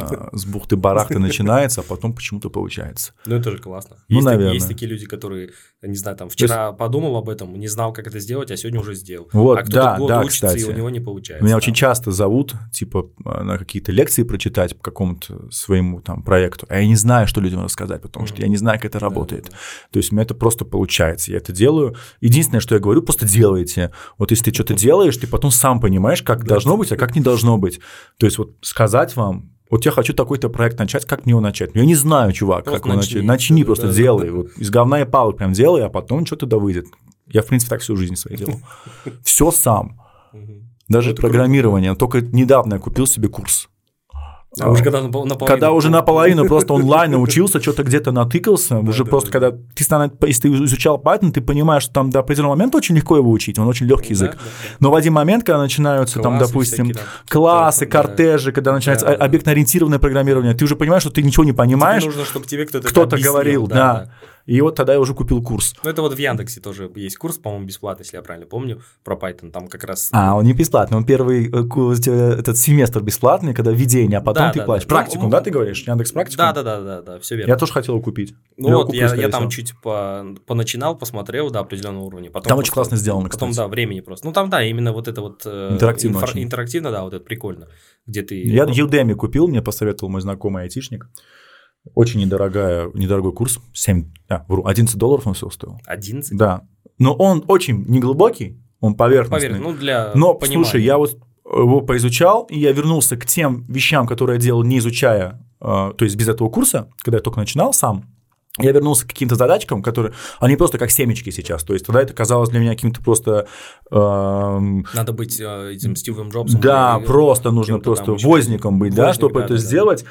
С бухты-барахты начинается, а потом почему-то получается.
Ну, это же классно.
Ну,
есть,
наверное.
Такие, есть такие люди, которые, не знаю, там, вчера есть... подумал об этом, не знал, как это сделать, а сегодня уже сделал.
Вот,
а кто-то
да,
год
да,
учится,
кстати.
и у него не получается.
Меня
да.
очень часто зовут, типа, на какие-то лекции прочитать по какому-то своему там проекту, а я не знаю, что людям рассказать, потому что mm-hmm. я не знаю, как это работает. Да, да, да. То есть у меня это просто получается, я это делаю. Единственное, что я говорю, просто делайте. Вот если ты что-то делаешь, ты потом сам понимаешь, как должно быть, а как не должно быть. То есть вот сказать вам, вот я хочу такой-то проект начать, как мне его начать? Ну, я не знаю, чувак, просто как его начать. Начни, да, просто да, делай. Да. Вот из говна и палок прям делай, а потом что-то да выйдет. Я, в принципе, так всю жизнь свою делал. Все сам. Даже программирование. Только недавно я купил себе курс.
А уже когда наполовину...
Когда уже наполовину просто онлайн научился, что-то где-то натыкался, уже просто когда ты, если ты изучал Python, ты понимаешь, что там до определенного момента очень легко его учить, он очень легкий язык. Но в один момент, когда начинаются там, допустим, классы, кортежи, когда начинается объектно-ориентированное программирование, ты уже понимаешь, что ты ничего не понимаешь.
Нужно, чтобы тебе кто-то
кто-то говорил, да. И вот тогда я уже купил курс.
Ну, это вот в Яндексе тоже есть курс, по-моему, бесплатный, если я правильно помню, про Python. Там как раз...
А, он не бесплатный, он первый этот семестр бесплатный, когда введение, а потом да, ты да, платишь. Да. Практикум, ну, да, ты говоришь? Яндекс практикум?
Да, да, да, да, да, все верно.
Я тоже хотел его купить.
Ну я вот, куплю, я, я там чуть по, поначинал, посмотрел до определенного уровня. Потом
там очень классно сделано,
потом,
кстати.
Да, времени просто. Ну, там, да, именно вот это вот...
Интерактивно
инфра- Интерактивно, да, вот это прикольно. Где ты...
Я Udemy купил, мне посоветовал мой знакомый айтишник. Очень недорогая, недорогой курс, семь, а, вру, одиннадцать долларов он все стоил.
одиннадцать?
Да, но он очень неглубокий, он поверхностный.
Поверх, ну, для
но,
понимания.
Слушай, я вот его поизучал, и я вернулся к тем вещам, которые я делал, не изучая, э, то есть без этого курса, когда я только начинал сам. Я вернулся к каким-то задачкам, которые, они просто как семечки сейчас, то есть тогда это казалось для меня каким-то просто... Э,
Надо быть э, этим Стивом Джобсом.
Да, или, просто нужно просто возником быть, Возник, да, чтобы да, это да, сделать. Да.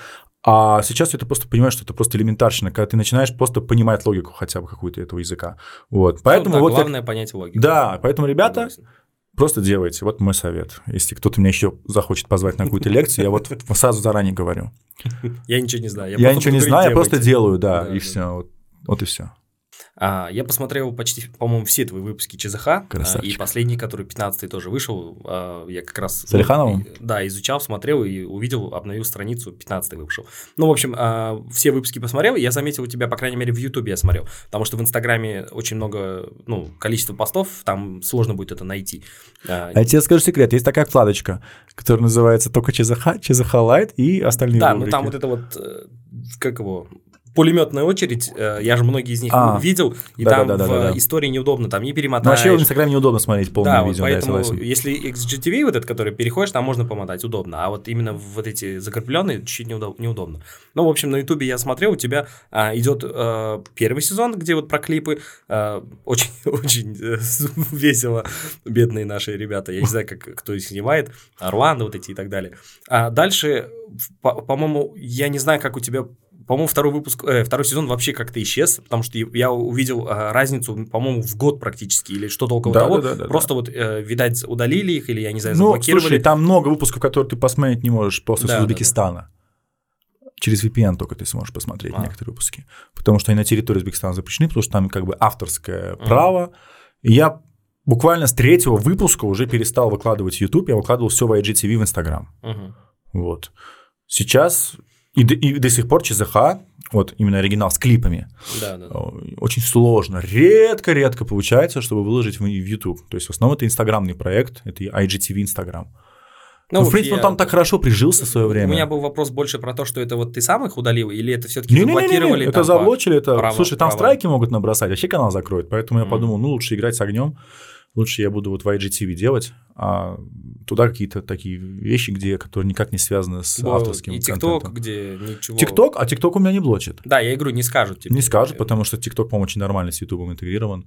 А сейчас ты просто понимаешь, что это просто элементарщина, когда ты начинаешь просто понимать логику хотя бы какую-то этого языка. Вот. Поэтому
ну, да,
вот
главное
я...
понять логику.
Да, поэтому, ребята, просто делайте. Вот мой совет. Если кто-то меня еще захочет позвать на какую-то лекцию, я вот сразу заранее говорю.
Я ничего не знаю.
Я ничего не знаю, я просто делаю, да, и все. Вот и все.
А, я посмотрел почти, по-моему, все твои выпуски ЧЗХ.
Красавчик.
И последний, который пятнадцатый тоже вышел, я как раз...
С Алихановым?
Да, изучал, смотрел и увидел, обновил страницу, пятнадцатый вышел. Ну, в общем, все выпуски посмотрел, я заметил у тебя, по крайней мере, в Ютубе я смотрел, потому что в Инстаграме очень много, ну, количество постов, там сложно будет это найти.
А я тебе скажу секрет, есть такая вкладочка, которая называется только ЧЗХ, ЧЗХ Лайт и остальные
да,
рубрики.
Ну там вот это вот, как его... Пулеметная очередь, я же многие из них а, видел, и да, там да, да, в да, да. истории неудобно, там не перемотаешь.
Ну, вообще в Инстаграме неудобно смотреть полное
да,
видео.
Вот поэтому,
да, поэтому,
если икс джи ти ви, вот этот, который переходишь, там можно помотать, удобно, а вот именно вот эти закрепленные чуть неудобно. Ну, в общем, на Ютубе я смотрел, у тебя а, идет а, первый сезон, где вот про клипы, а, очень, очень весело, бедные наши ребята, я не знаю, как, кто их снимает, Орландо вот эти и так далее. А дальше, по- по-моему, я не знаю, как у тебя... По-моему, второй выпуск, э, второй сезон вообще как-то исчез, потому что я увидел э, разницу, по-моему, в год практически, или что-то около
да,
того.
Да, да,
Просто
да.
вот, э, видать, удалили их, или, я не знаю,
ну,
заблокировали.
Слушай, там много выпусков, которые ты посмотреть не можешь просто да, с Узбекистана. Да, да. Через ви пи эн только ты сможешь посмотреть а. некоторые выпуски. Потому что они на территории Узбекистана запрещены, потому что там как бы авторское а. право. И я буквально с третьего выпуска уже перестал выкладывать в YouTube, я выкладывал все в ай джи ти ви в Instagram.
Угу.
Вот. Сейчас... И до, и до сих пор ЧЗХ, вот именно оригинал с клипами,
да, да, да.
очень сложно, редко-редко получается, чтобы выложить в, в YouTube. То есть в основном это инстаграмный проект, это ай джи ти ви Инстаграм. Ну, ну, в принципе, я... он там так хорошо прижился в свое время.
У меня был вопрос больше про то, что это вот ты сам их удалил, или это все-таки заблокировали?
Не-не-не, это заблочили, это... Право, слушай, там право. Страйки могут набросать, вообще канал закроют, поэтому mm-hmm. я подумал, ну, лучше играть с огнем. Лучше я буду вот в ай джи ти ви делать, а туда какие-то такие вещи, где, которые никак не связаны с Бо, авторским
и
контентом.
И TikTok, где ничего...
TikTok? А TikTok у меня не блочит.
Да, я игру не скажут тебе.
Не скажут, потому что TikTok, по-моему, очень нормально с YouTube интегрирован.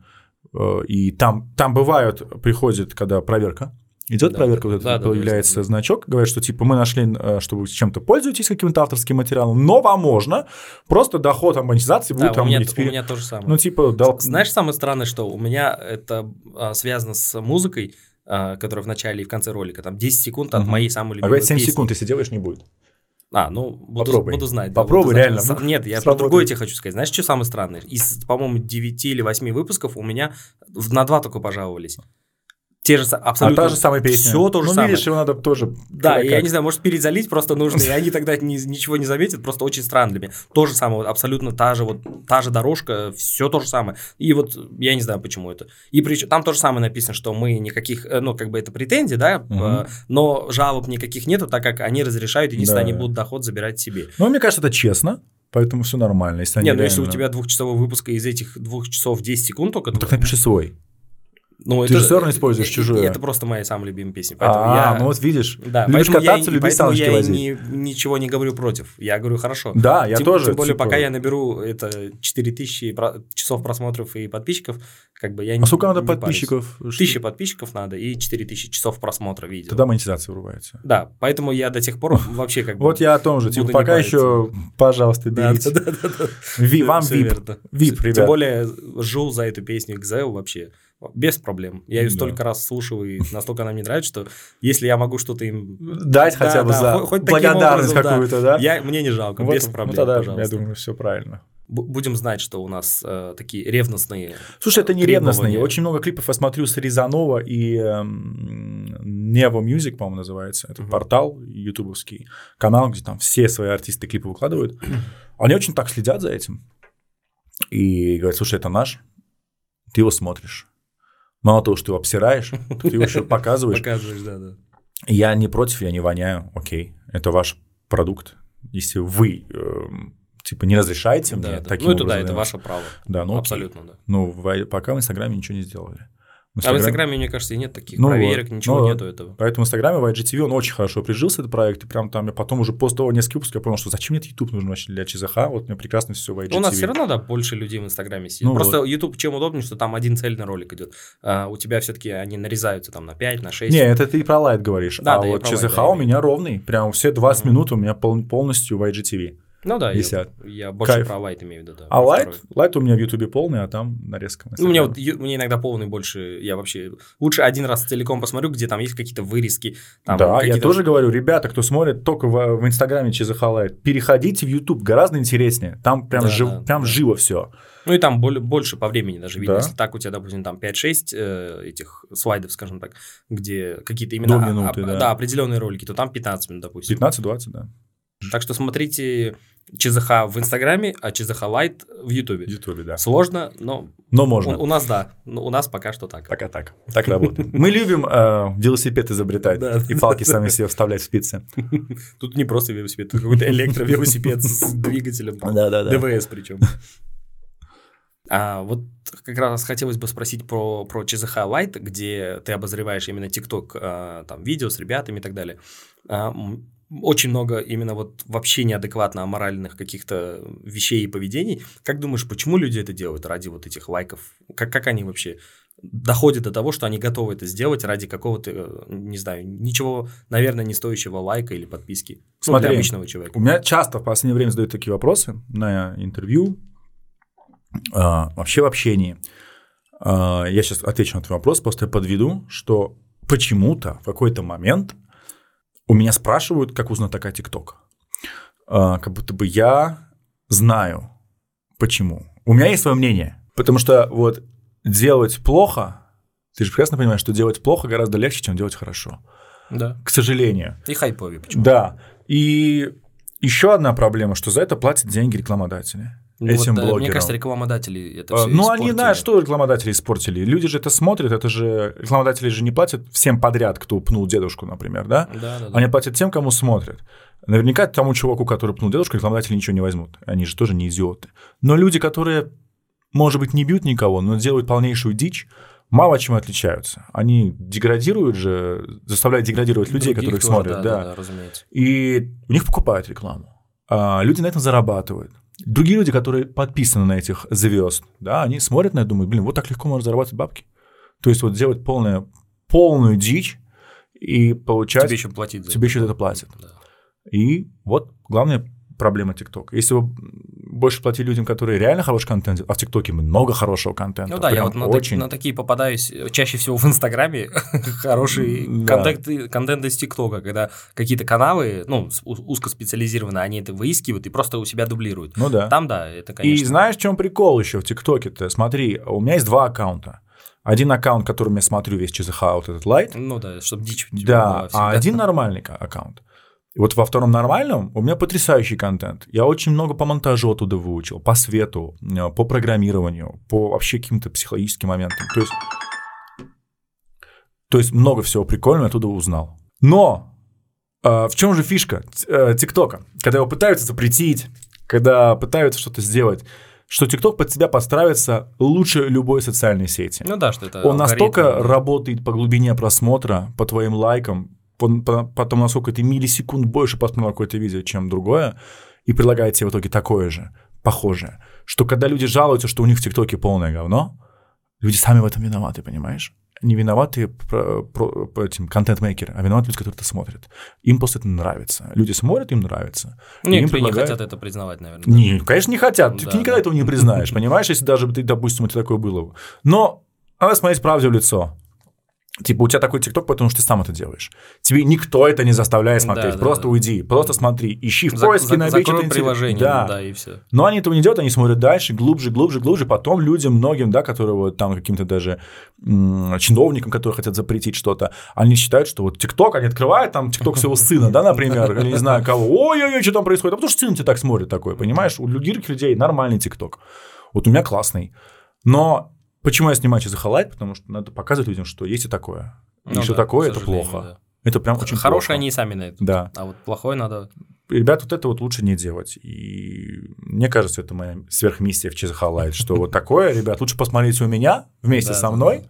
И там, там бывают, приходит, когда проверка, идет да, проверка, да, вот да, появляется да, да, значок, говорят, что типа мы нашли, что вы чем-то пользуетесь, каким-то авторским материалом, но вам можно, просто доход монетизации будет
да,
там...
У меня,
теперь...
у меня то же самое.
Ну, типа... Да...
Знаешь, самое странное, что у меня это а, связано с музыкой, а, которая в начале и в конце ролика, там десять секунд от угу. моей самой любимой
песни. А семь секунд, если делаешь, не будет.
А, ну, буду, буду знать.
Попробуй,
да,
буду знать.
реально. Нет, я про другое тебе хочу сказать. Знаешь, что самое странное? Из, по-моему, девяти или восьми выпусков у меня на два только пожаловались. Те же абсолютно.
А та же самая песня.
Все то же
ну,
самое.
видишь, его надо тоже...
Да, я не знаю, может, перезалить просто нужно, и они тогда ни, ничего не заметят, просто очень странно для меня. То же самое, вот, абсолютно та же, вот, та же дорожка, все то же самое. И вот я не знаю, почему это. И причем там то же самое написано, что мы никаких, ну, как бы это претензии, да, угу. но жалоб никаких нету, так как они разрешают, единственное, да. они будут доход забирать себе.
Ну, мне кажется, это честно. Поэтому все нормально. Если
Нет, ну
реально...
если у тебя двухчасовой выпуск, из этих двух часов десять секунд только...
Ну, так напиши свой.
Ну,
Ты
это,
же все равно используешь чужую.
Это просто моя самая любимая песня.
А,
я...
ну вот видишь.
Да,
любишь кататься,
я,
любишь саночки
я
возить.
Ни, ничего не говорю против. Я говорю хорошо.
Да, я
тем,
тоже.
Тем более,
типа...
пока я наберу это четыре тысячи про... часов просмотров и подписчиков, как бы я
а
не
А сколько надо
не
подписчиков?
Тысяча подписчиков надо и четыре тысячи часов просмотра видео.
Тогда монетизация вырубается.
Да, поэтому я до тех пор вообще как бы...
Вот я о том же. Типа, пока еще, пожалуйста, берите.
Да, да, да, да.
Вам вип. Вип, ребят.
Тем более, жил за эту песню Экзео вообще. Без проблем. Я ее да. столько раз слушаю, и настолько она мне нравится, что если я могу что-то им...
Дать да, хотя бы да, за хоть благодарность образом, какую-то, да?
Я, мне не жалко, вот, без проблем,
ну, тогда,
пожалуйста.
Я думаю, все правильно.
Будем знать, что у нас э, такие ревностные...
Слушай, это не ревностные. Очень много клипов я смотрю с Рязанова и э, Nevo Music, по-моему, называется. Это uh-huh. портал ютубовский, канал, где там все свои артисты клипы выкладывают. Они очень так следят за этим. И говорят, слушай, это наш, ты его смотришь. Мало того, что ты его обсираешь, ты его еще показываешь.
Показываешь, да, да.
Я не против, я не воняю, окей, это ваш продукт. Если вы, э, типа, не разрешаете мне
да,
таким
ну, это
образом...
да, это ваше право.
Да, ну,
абсолютно, да.
Ну, пока в Инстаграме ничего не сделали.
В Инстаграме... А в Инстаграме, мне кажется, и нет таких
ну,
проверок, ничего
ну,
нету этого.
Поэтому в Инстаграме, в ай джи ти ви, он очень хорошо прижился, этот проект, и прям там я потом уже после того нескольких выпусков я понял, что зачем мне этот YouTube нужен вообще для ЧЗХ, вот мне прекрасно все в ай джи ти ви.
У нас все равно, да, больше людей в Инстаграме сидит. Ну, Просто вот. YouTube чем удобнее, что там один цельный ролик идет. А у тебя все-таки они нарезаются там на пять, на шесть.
Не, это ты про лайт говоришь,
да,
а
да,
вот ЧЗХ
лайт, да,
у меня ровный, прям все двадцать
uh-huh.
минут у меня пол- полностью в ай джи ти ви.
Ну да, я, я больше
Кайф.
про лайт имею в виду. Да,
а лайт, лайт у меня в Ютубе полный, а там нарезка.
Ну, мне, вот, мне иногда полный больше, я вообще... Лучше один раз целиком посмотрю, где там есть какие-то вырезки. Там
да,
какие-то...
я тоже говорю, ребята, кто смотрит только в, в Инстаграме ЧЗХ лайт, переходите в Ютуб, гораздо интереснее. Там прям, да, жив, да, прям да. живо все.
Ну и там более, больше по времени даже видно.
Да.
Если так у тебя, допустим, там пять-шесть э, этих слайдов, скажем так, где какие-то именно
До минуты,
а,
да.
Да, определенные ролики, то там пятнадцать минут, допустим.
пятнадцать-двадцать, да.
Так что смотрите ЧЗХ в Инстаграме, а ЧЗХ Лайт в Ютубе.
В Ютубе, да.
Сложно, но...
Но можно.
У, у нас, да. У нас пока что так.
Пока так. Так работает. Мы любим э, велосипед изобретать и палки сами себе вставлять в спицы.
Тут не просто велосипед, тут какой-то электровелосипед с двигателем.
Да-да-да.
ДВС причем. А вот как раз хотелось бы спросить про, про ЧЗХ Лайт, где ты обозреваешь именно ТикТок, там, видео с ребятами и так далее. Очень много именно вот вообще неадекватно аморальных каких-то вещей и поведений. Как думаешь, почему люди это делают ради вот этих лайков? Как, как они вообще доходят до того, что они готовы это сделать ради какого-то, не знаю, ничего, наверное, не стоящего лайка или подписки?
Смотри,
ну, для обычного человека.
У меня часто в последнее время задают такие вопросы на интервью, а, вообще в общении. А, я сейчас отвечу на твой вопрос, просто подведу, что почему-то в какой-то момент... У меня спрашивают, как узнать такая ТикТок. А, как будто бы я знаю, почему. У меня есть свое мнение. Потому что вот делать плохо, ты же прекрасно понимаешь, что делать плохо гораздо легче, чем делать хорошо.
Да.
К сожалению.
И хайпови почему.
Да. И еще одна проблема, что за это платят деньги рекламодатели.
Ну
этим
вот,
блогерам.
Мне кажется, рекламодатели это
а,
все
Ну,
испортили.
они знают, что рекламодатели испортили. Люди же это смотрят, это же... Рекламодатели же не платят всем подряд, кто пнул дедушку, например, да?
Да, да, да.
Они платят тем, кому смотрят. Наверняка тому чуваку, который пнул дедушку, рекламодатели ничего не возьмут. Они же тоже не идиоты. Но люди, которые, может быть, не бьют никого, но делают полнейшую дичь, мало чем отличаются. Они деградируют же, заставляют деградировать людей,
Других
которых
тоже,
смотрят.
Да,
да.
Да, да, разумеется.
И у них покупают рекламу. А люди на этом зарабатывают. Другие люди, которые подписаны на этих звезд, да, они смотрят на это и думают, блин, вот так легко можно зарабатывать бабки. То есть вот делать полное, полную дичь и получать...
Тебе еще платить за
Тебе еще это платят.
Да.
И вот главная проблема ТикТока. Если вы больше платили людям, которые реально хороший контент, а в ТикТоке много хорошего контента.
Ну да, я вот на,
очень...
на такие попадаюсь чаще всего в Инстаграме, хороший
да.
контент, контент из ТикТока, когда какие-то каналы, ну, узкоспециализированные, они это выискивают и просто у себя дублируют.
Ну да.
Там, да, это, конечно...
И знаешь, в чем прикол еще в ТикТоке-то? Смотри, у меня есть два аккаунта. Один аккаунт, которым я смотрю весь ЧЗХ, вот этот лайт.
Ну да, чтобы дичь у тебя
Да,
была всегда.
А один нормальный аккаунт. И вот во втором нормальном у меня потрясающий контент. Я очень много по монтажу оттуда выучил, по свету, по программированию, по вообще каким-то психологическим моментам. То есть, то есть много всего прикольного оттуда узнал. Но э, в чем же фишка ТикТока? Когда его пытаются запретить, когда пытаются что-то сделать, что TikTok под тебя подстраивается лучше любой социальной сети.
Ну да, что это
Он настолько
алгоритм.
работает по глубине просмотра, по твоим лайкам, по, по, потом насколько ты миллисекунд больше посмотрел какое-то видео, чем другое, и предлагает тебе в итоге такое же, похожее. Что когда люди жалуются, что у них в ТикТоке полное говно, люди сами в этом виноваты, понимаешь? Не виноваты про, про, про этим контент-мейкеры, а виноваты люди, которые это смотрят. Им просто это нравится. Люди смотрят, им нравится.
Некоторые
им предлагают...
не хотят это признавать, наверное.
Не, конечно, не хотят.
Да,
Ты никогда
да.
этого не признаешь, понимаешь, если даже, ты, допустим, это такое было. Но надо смотреть правде в лицо. Типа, у тебя такой ТикТок, потому что ты сам это делаешь. Тебе никто это не заставляет смотреть.
Да,
просто
да,
уйди, просто смотри. Ищи в
За-
поиске,
за-
набей
закрой
что-то
приложение,
да.
да, и все.
Но они этого не делают, они смотрят дальше, глубже, глубже, глубже. Потом людям, многим, да, которые вот там каким-то даже м- чиновникам, которые хотят запретить что-то, они считают, что вот ТикТок, они открывают там ТикТок своего сына, да, например, или не знаю кого. Ой-ой-ой, что там происходит? А потому что сын тебе так смотрит такой, понимаешь? У других людей нормальный ТикТок. Вот у меня классный. Но почему я снимаю через Highlight? Потому что надо показывать людям, что есть и такое. И
Ну
что
да,
такое,
к
это
сожалению,
плохо.
да.
Это прям очень
Хорошие
плохо.
они и сами на это.
Да.
А вот плохое надо...
Ребят, вот это вот лучше не делать. И мне кажется, это моя сверхмиссия в Cheese Highlight, что вот такое, ребят, лучше посмотрите у меня вместе
Да,
со
да,
мной,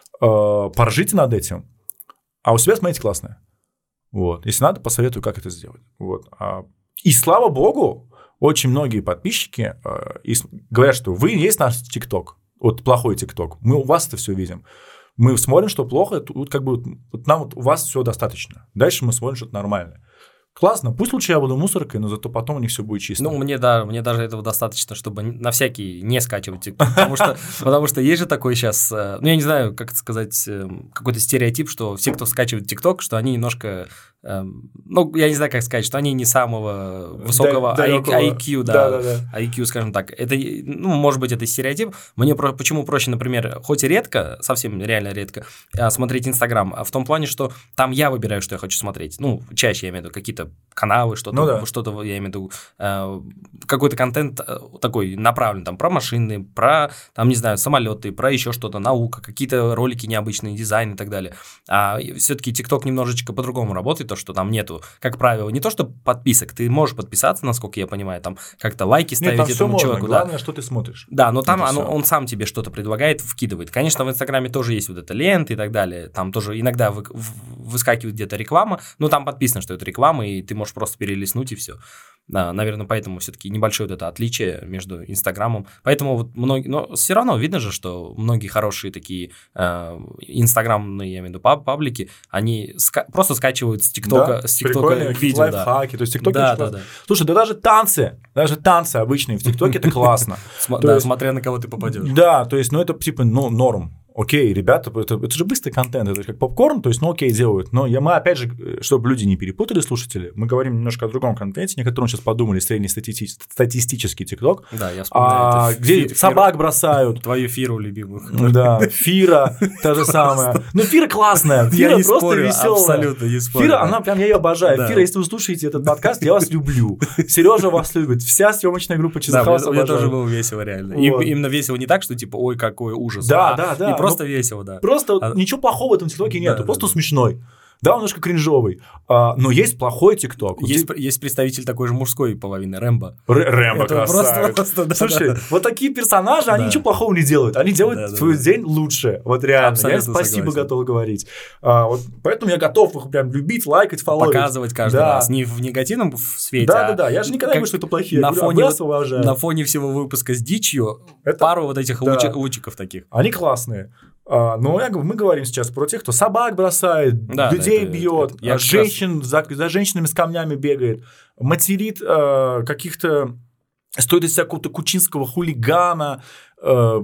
э, поржите над этим, а у себя смотрите классное. Вот. Если надо, посоветую, как это сделать. Вот. А- И слава богу, очень многие подписчики э, и с- говорят, что вы есть наш ТикТок, вот плохой ТикТок, мы у вас это все видим. Мы смотрим, что плохо, тут как бы вот, вот нам вот у вас все достаточно. Дальше мы смотрим, что это нормально. Классно, пусть лучше я буду мусоркой, но зато потом у них все будет чисто.
Ну, мне, да, мне даже этого достаточно, чтобы на всякий не скачивать TikTok, потому что, потому что есть же такой сейчас, э, ну, я не знаю, как это сказать, э, какой-то стереотип, что все, кто скачивает TikTok, что они немножко, э, ну, я не знаю, как сказать, что они не самого высокого
Да-
ай-
далекого.
ай кью, да,
Да-да-да.
ай кью, скажем так. Это, ну, может быть, это стереотип. Мне про- почему проще, например, хоть и редко, совсем реально редко, э, смотреть Инстаграм, а в том плане, что там я выбираю, что я хочу смотреть. Ну, чаще, я имею в виду, какие-то каналы, что-то,
Ну да.
что-то, я имею в виду, э, какой-то контент э, такой направлен, там, про машины, про, там, не знаю, самолеты, про еще что-то, наука, какие-то ролики необычные, дизайн и так далее. А все-таки TikTok немножечко по-другому работает, то, что там нету, как правило, не то, что подписок, ты можешь подписаться, насколько я понимаю, там, как-то лайки
Нет,
ставить
там все
этому
можно,
человеку. Да.
главное, что ты смотришь.
Да, но там
Это
оно-
всё.
он сам тебе что-то предлагает, вкидывает. Конечно, в Инстаграме тоже есть вот эта лента и так далее. Там тоже иногда вы- в- выскакивает где-то реклама, но там подписано, что это реклама, и ты можешь просто перелистнуть и все. Да, наверное, поэтому все-таки небольшое вот это отличие между Инстаграмом. Поэтому вот многие, но все равно видно же, что многие хорошие такие э, инстаграмные, я имею в виду, паб- паблики, они ска- просто скачивают с ТикТока,
Да,
с ТикТока
прикольные
видео. Да.
лайфхаки. То есть ТикТок
Да,
очень
да,
классно.
да.
Слушай, да даже танцы, даже танцы обычные в ТикТоке это классно.
Сма-
То
да,
есть-
смотря на кого ты попадешь.
Да, то есть, ну это типа, ну, норм. Окей, ребята, это, это же быстрый контент, это как попкорн, то есть, ну окей, делают. Но я, мы, опять же, чтобы люди не перепутали, слушатели, мы говорим немножко о другом контенте, не о котором сейчас подумали, среднестатистический ТикТок,
Да, я вспоминаю.
а,
это
где
фи-
собак бросают.
Твою фиру любимую.
Да, Фира, та же самая. Ну, Фира классная,
Я
Фира
не
просто
спорю,
веселая.
абсолютно не спорю.
Фира, она прям, я ее обожаю.
Да.
Фира, если вы слушаете этот подкаст, я вас люблю. Сережа вас любит. Вся съемочная группа
Да,
Чизахауса
мне, мне
обожает.
тоже было весело, реально. И-
Вот.
именно весело не так, что типа, ой, какой ужас.
Да,
а
да, да.
Не просто
Ну,
весело, да.
Просто вот
А-
ничего плохого в этом ТикТоке нету,
Да,
просто
да, да.
смешной. Да, он немножко кринжовый. А, но есть плохой ТикТок. Вот
Есть,
ты-
есть представитель такой же мужской половины, Рэмбо.
Р- Рэмбо
Это
красавец.
просто- просто, да,
Слушай,
да.
вот такие персонажи, они
Да.
ничего плохого не делают. Они делают
Да, да,
твой
да.
день лучше. Вот реально.
Абсолютно
я спасибо
согласен.
готов говорить. А, вот, поэтому я готов их прям любить, лайкать, фолловить.
Показывать каждый
Да.
раз. Не в негативном в свете,
Да,
а
да, да. Я же никогда не
как
говорю, что это плохие.
на
Я говорю,
фоне
«А,
вот-
вас уважаю».
на фоне всего выпуска с дичью
Это-
пару вот этих
да.
лучи- лучиков таких.
Они классные. А, но я говорю, мы говорим сейчас про тех, кто собак бросает,
Да,
людей
да, это-
бьет,
это- я
а,
как
женщин за, за женщинами с камнями бегает, материт а, каких-то, стоит из себя какого-то кучинского хулигана, а,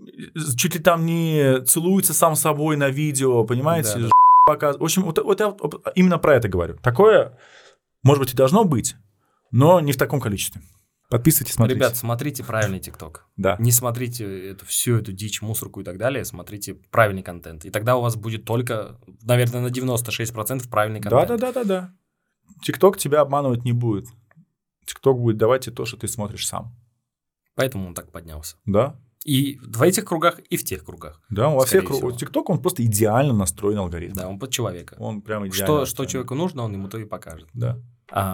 чуть ли там не целуется сам собой на видео, понимаете?
Да, да.
Показывает. В общем, вот, вот я именно про это говорю. Такое, может быть, и должно быть, но не в таком количестве. Подписывайтесь, смотрите.
Ребят, смотрите правильный ТикТок.
Да.
Не смотрите эту, всю эту дичь, мусорку и так далее, смотрите правильный контент. И тогда у вас будет только, наверное, на девяносто шесть процентов правильный контент.
Да-да-да-да-да. ТикТок тебя обманывать не будет. ТикТок будет давать тебе то, что ты смотришь сам.
Поэтому он так поднялся.
Да?
И в этих кругах, и в тех кругах.
Да, во
Скорее
всех
всего.
кругах. ТикТок, он просто идеально настроен алгоритм.
Да, он под человека.
Он прям идеально
Что, что
настроен.
человеку нужно, он ему то и покажет.
Да.
А,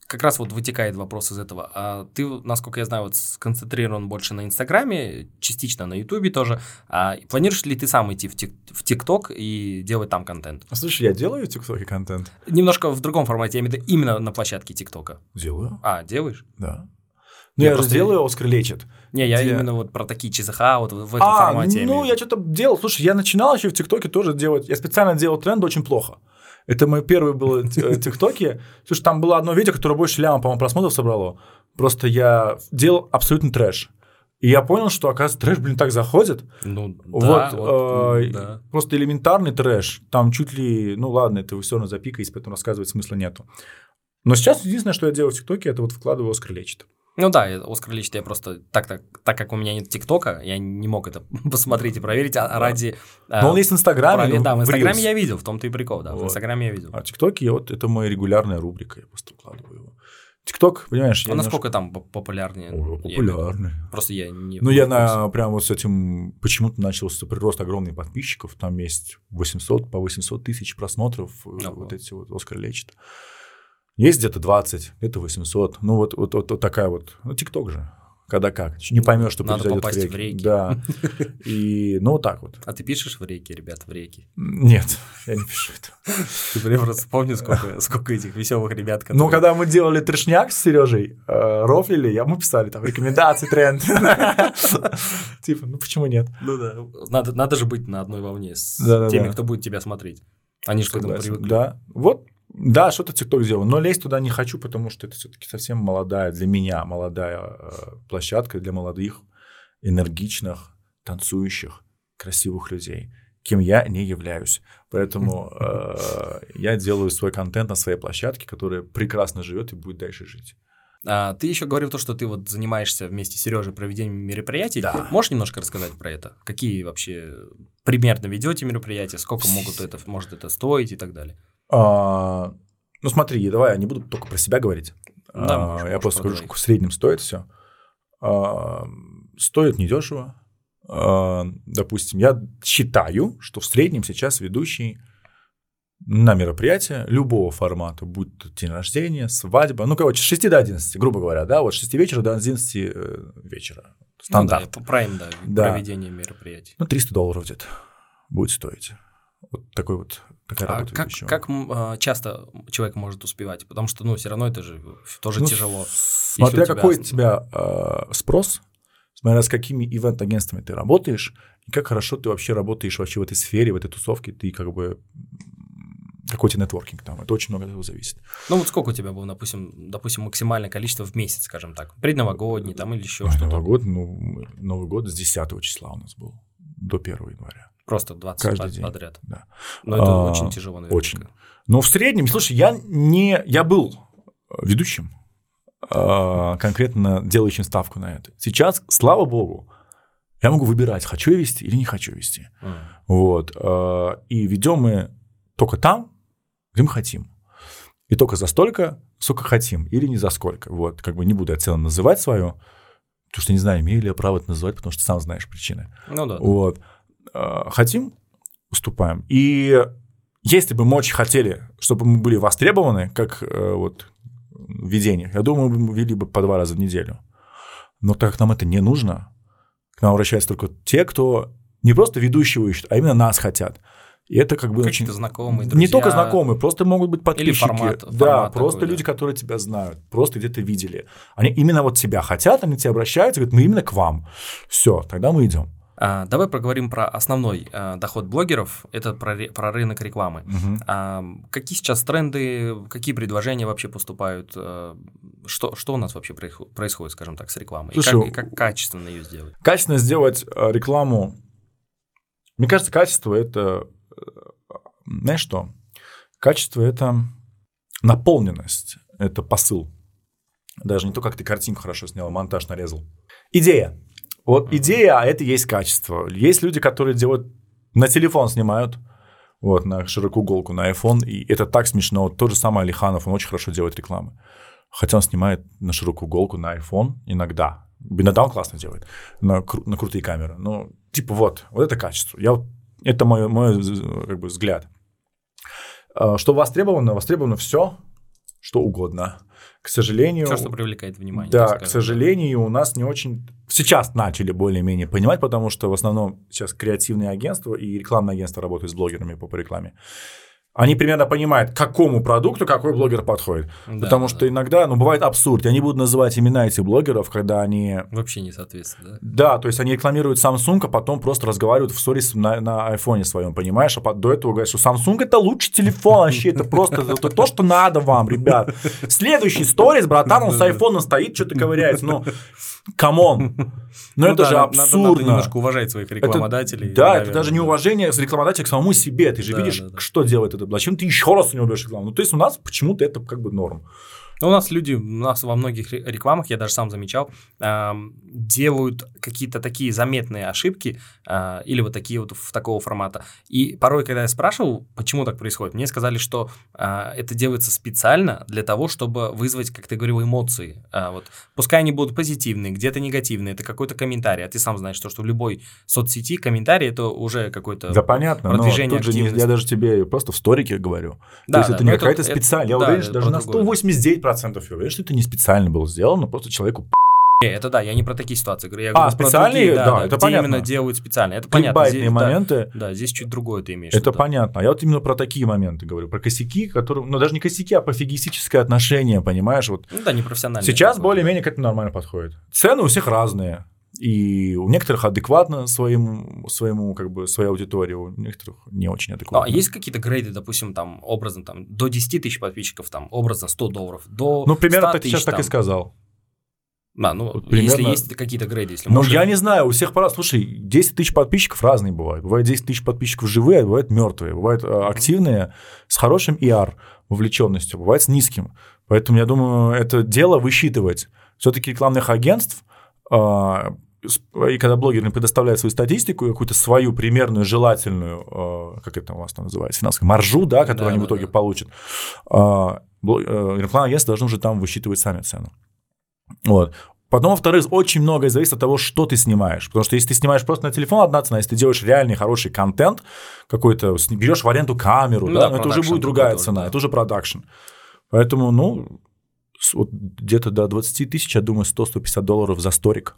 как раз вот вытекает вопрос из этого. А ты, насколько я знаю, вот сконцентрирован больше на Инстаграме, частично на Ютубе тоже. А планируешь ли ты сам идти в, тик, в ТикТок и делать там контент?
Слушай, я делаю в ТикТоке контент?
Немножко в другом формате, я имею в виду именно на площадке ТикТока.
Делаю.
А, делаешь?
Да. Ну, я, я просто... же делаю «Оскар лечит».
Не, я
где...
именно вот про такие ЧЗХ, вот в этом
а,
формате.
ну, я, я что-то делал. Слушай, я начинал еще в ТикТоке тоже делать. Я специально делал тренды очень плохо. Это мой первый был в ТикТоке. Слушай, там было одно видео, которое больше ляма, по-моему, просмотров собрало. Просто я делал абсолютно трэш. И я понял, что, оказывается, трэш, блин, так заходит.
Ну,
вот,
да, вот
э,
да.
Просто элементарный трэш. Там чуть ли, ну ладно, это вы все равно запикаетесь, поэтому рассказывать смысла нету. Но сейчас единственное, что я делаю в ТикТоке, это вот вкладываю «Оскар лечит».
Ну да, «Оскар лечит» я просто, так, так, так как у меня нет ТикТока, я не мог это посмотреть и проверить, а да. ради...
Но он есть в Инстаграме.
Про... Да, в Инстаграме я видел, в том-то и прикол, да, вот. В Инстаграме я видел.
А в ТикТоке вот это моя регулярная рубрика, я просто вкладываю его. ТикТок, понимаешь...
А насколько немножко... там популярнее?
О, популярный.
Я... Просто я не...
Ну, я на, прям вот с этим... Почему-то начался прирост огромный подписчиков, там есть восемьсот, по восемьсот тысяч просмотров, ага. вот эти вот «Оскар лечит». Есть где-то двадцать, где-то восемьсот. Ну, вот, вот, вот, вот такая вот. Ну, ТикТок же. Когда как. Не поймешь, что
Надо
произойдет
попасть
в реки.
в реки.
Да. И, ну, вот так вот.
А ты пишешь в реки, ребят, в реки?
Нет, я не пишу это.
Ты мне просто вспомни, сколько, сколько этих веселых ребят, которые...
Ну, когда мы делали трешняк с Сережей, э, рофлили, я, мы писали там рекомендации, тренд. Типа, ну, почему нет?
Ну, да. Надо, надо же быть на одной волне с теми, кто будет тебя смотреть. Они же к этому привыкли.
Да, вот. Да, что-то ТикТок сделал, но лезть туда не хочу, потому что это все-таки совсем молодая, для меня молодая э, площадка для молодых, энергичных, танцующих, красивых людей, кем я не являюсь. Поэтому э, я делаю свой контент на своей площадке, которая прекрасно живет и будет дальше жить.
А, ты еще говорил то, что ты вот занимаешься вместе с Сережей проведением мероприятий.
Да.
Можешь немножко рассказать про это? Какие вообще примерно ведете мероприятия, сколько могут это, может это стоить и так далее?
А, ну, смотри, давай я не буду только про себя говорить.
Да,
а,
можешь,
я просто скажу,
продавай.
сколько в среднем стоит все. А, стоит недешево. А, допустим, я считаю, что в среднем сейчас ведущий на мероприятие любого формата, будь то день рождения, свадьба, ну, короче, с шести до одиннадцати, грубо говоря, да, вот с шести вечера до одиннадцати вечера. Стандарт.
Ну, да, прайм, да,
да,
проведение мероприятий.
Ну, триста долларов где-то будет стоить. Вот такой вот, такая
а
работа
как,
ведущего.
как а, часто человек может успевать? Потому что, ну, все равно это же тоже
ну,
тяжело.
Смотря у тебя... какой у тебя э, спрос, смотря с какими ивент-агентствами ты работаешь, и как хорошо ты вообще работаешь вообще в этой сфере, в этой тусовке, ты как бы... Какой у тебя нетворкинг там, это очень много от этого зависит.
Ну, вот сколько у тебя было, допустим, допустим, максимальное количество в месяц, скажем так, предновогодний там или еще
Ой,
что-то?
Новый год, ну, Новый год с десятого числа у нас был, до первого января.
Просто двадцать
каждый день
подряд.
Да.
Но это
а,
очень тяжело, наверное.
Очень. Но в среднем, слушай, я не, я был ведущим, а, конкретно делающим ставку на это. Сейчас, слава богу, я могу выбирать, хочу я вести или не хочу вести. Mm. Вот. А, и ведем мы только там, где мы хотим. И только за столько, сколько хотим, или не за сколько. Вот. Как бы не буду я цену называть свою, потому что не знаю, имею ли я право это называть, потому что сам знаешь причины.
Ну да.
Вот. Хотим, уступаем. И если бы мы очень хотели, чтобы мы были востребованы, как вот ведение, я думаю, мы вели бы по два раза в неделю. Но так как нам это не нужно, к нам обращаются только те, кто не просто ведущего ищет, а именно нас хотят. И это как бы
какие-то
очень...
знакомые, друзья.
Не только знакомые, просто могут быть подписчики.
Или формат,
да,
формат
просто
такой,
люди,
да.
которые тебя знают, просто где-то видели. Они именно вот тебя хотят, они к тебе обращаются, говорят, мы именно к вам. Все, тогда мы идем.
А, давай поговорим про основной а, доход блогеров, это про, про рынок рекламы.
Угу.
А, какие сейчас тренды, какие предложения вообще поступают, а, что, что у нас вообще происходит, скажем так, с рекламой?
Слушай,
и, как, и как качественно ее сделать?
Качественно сделать рекламу, мне кажется, качество – это, знаешь что, качество – это наполненность, это посыл. Даже не то, как ты картинку хорошо снял, монтаж нарезал. Идея. Вот mm-hmm. идея, а это и есть качество. Есть люди, которые делают, на телефон снимают, вот, на широкоуголку, на iPhone, и это так смешно. Вот тот же самый Алиханов, он очень хорошо делает рекламы. Хотя он снимает на широкоуголку, на iPhone иногда. Иногда он классно делает, на, на крутые камеры. Ну, типа вот, вот это качество. Я, это мой, мой как бы, взгляд. Что востребовано? Востребовано все, что угодно. К сожалению...
Все, что привлекает внимание.
Да, к сожалению, у нас не очень... Сейчас начали более-менее понимать, потому что в основном сейчас креативные агентства и рекламные агентства работают с блогерами по рекламе. Они примерно понимают, к какому продукту какой блогер подходит. Да, потому что да. иногда, ну, бывает абсурд. Я не буду называть имена этих блогеров, когда они...
Вообще не соответствует, да?
Да, то есть они рекламируют Samsung, а потом просто разговаривают в сторис на, на айфоне своем, понимаешь? А до этого говорят, что Samsung это лучший телефон вообще, это просто это то, что надо вам, ребят. Следующий сторис, братан, он с айфоном стоит, что-то ковыряется. Ну, камон. Но ну это да, же абсурдно.
Надо, надо немножко уважать своих рекламодателей.
Это, да, наверное, это даже не уважение с рекламодателя к самому себе. Ты же да, видишь, да, да. что делает это. Зачем ты еще раз у него берешь рекламу? Ну, то есть у нас почему-то это как бы норм.
У нас люди, у нас во многих рекламах, я даже сам замечал, э, делают какие-то такие заметные ошибки э, или вот такие вот в такого формата. И порой, когда я спрашивал, почему так происходит, мне сказали, что э, это делается специально для того, чтобы вызвать, как ты говорил, эмоции. Э, вот. Пускай они будут позитивные, где-то негативные, это какой-то комментарий. А ты сам знаешь, что, что в любой соцсети комментарий – это уже какое-то
да, понятно, продвижение, но тут же не, я даже тебе просто в сторике говорю. Да, То есть да, это не какая-то специальная. Я да, уверен, что даже на сто восемьдесят девять процентов я уверен, что это не специально было сделано, просто человеку
Не, это да, я не про такие ситуации говорю. Я
а,
говорю
специальные,
другие, да,
да,
да,
это
где
понятно.
Именно делают специально. Это понятно. Здесь,
моменты.
Да, да, здесь чуть другое ты имеешь.
Это понятно. А я вот именно про такие моменты говорю, про косяки, которые, ну даже не косяки, а пофигистическое отношение, понимаешь? Вот.
Ну да, непрофессионально.
Сейчас более-менее к этому нормально подходит. Цены у всех разные. И у некоторых адекватно своему, своему, как бы, своей аудитории, у некоторых не очень адекватно.
А есть какие-то грейды, допустим, там, образно, там, до десять тысяч подписчиков, там, образно, сто долларов, до
ну, примерно
ста
так сейчас
там...
так и сказал.
Да, ну,
вот примерно...
если есть какие-то грейды, если
Ну,
можешь...
я не знаю, у всех пора. Слушай, десять тысяч подписчиков разные бывают. Бывает десять тысяч подписчиков живые, а бывают мертвые. Бывают mm-hmm. активные, с хорошим и ар вовлеченностью, бывает с низким. Поэтому, я думаю, это дело высчитывать. Все-таки рекламных агентств... И когда блогеры предоставляют свою статистику, какую-то свою примерную, желательную, как это у вас там называется, финансовую маржу, да, которую да, они да, в итоге да. получат, рекламные агентства должны уже там высчитывать сами цену. Вот. Потом, во-вторых, очень многое зависит от того, что ты снимаешь. Потому что если ты снимаешь просто на телефон, одна цена, если ты делаешь реальный хороший контент, какой-то, берешь в аренду камеру, ну, да, да, это уже будет другая цена, да. это уже продакшн. Поэтому, ну, вот где-то до двадцать тысяч, я думаю, сто - сто пятьдесят долларов за сторик.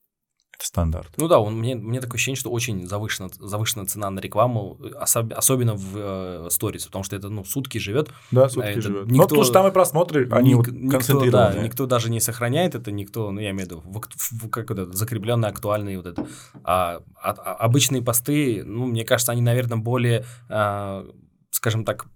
Это стандарт.
Ну да, он, мне, мне такое ощущение, что очень завышена, завышена цена на рекламу, особ, особенно в сторис, э, потому что это ну, сутки живет.
Да, сутки это живет. Никто, ну, потому что там и просмотры, они ник, вот концентрированы.
Да, никто даже не сохраняет это, никто, ну я имею в виду, в, в, как вот это, закрепленные, актуальные вот это. А, а, а обычные посты, ну, мне кажется, они, наверное, более, а, скажем так,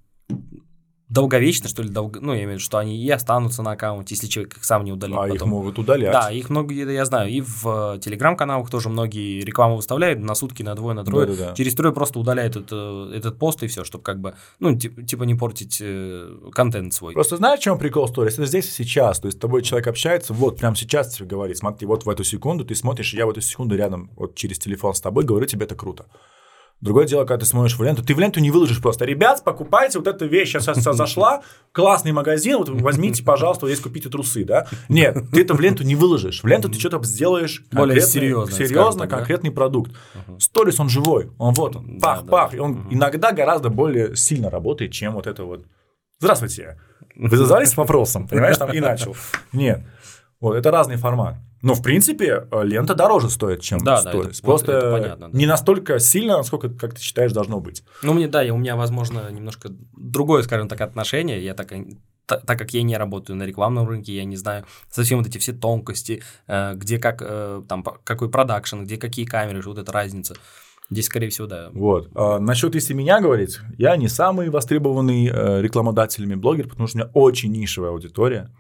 долговечно, что ли, долго... ну, я имею в виду, что они и останутся на аккаунте, если человек их сам не удалит.
А
потом.
Их могут удалять.
Да, их многие, я знаю, и в телеграм-каналах тоже многие рекламу выставляют на сутки, на двое, на трое. Да, да, да. Через трое просто удаляют этот, этот пост и все, чтобы как бы, ну, типа, типа не портить э, контент свой.
Просто знаешь, в чем прикол сторис? Это здесь и сейчас. То есть с тобой человек общается, вот прямо сейчас тебе говорит, смотри, вот в эту секунду ты смотришь, я в эту секунду рядом, вот через телефон с тобой говорю, тебе это круто. Другое дело, когда ты смотришь в ленту, ты в ленту не выложишь просто. Ребят, покупайте вот эту вещь, сейчас зашла, классный магазин, вот возьмите, пожалуйста, вот здесь купите трусы, да? Нет, ты это в ленту не выложишь. В ленту ты что-то сделаешь
более серьезно,
серьезно конкретный продукт. Сторис, он живой, он вот он, пах, да, пах, да. И он угу. иногда гораздо более сильно работает, чем вот это вот. Здравствуйте, вы задались вопросом, понимаешь, там и начал. Нет, вот это разный формат. Но, в принципе, лента дороже стоит, чем
да,
сторис.
Да,
просто
это понятно, да.
не настолько сильно, насколько, как ты считаешь, должно быть.
Ну, мне, да, у меня, возможно, немножко другое, скажем так, отношение. Я так, так, так как я не работаю на рекламном рынке, я не знаю совсем вот эти все тонкости, где как, там, какой продакшн, где какие камеры, вот эта разница. Здесь, скорее всего, да.
Вот. А, насчет, если меня говорить, я не самый востребованный э, рекламодателями блогер, потому что у меня очень нишевая аудитория.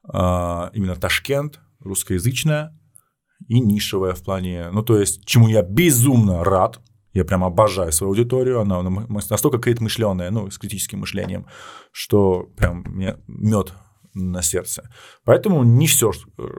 А, именно Ташкент, русскоязычная и нишевая в плане, ну, то есть, чему я безумно рад, я прям обожаю свою аудиторию, она, она настолько критмышленная, ну, с критическим мышлением, что прям мне мед на сердце. Поэтому не все.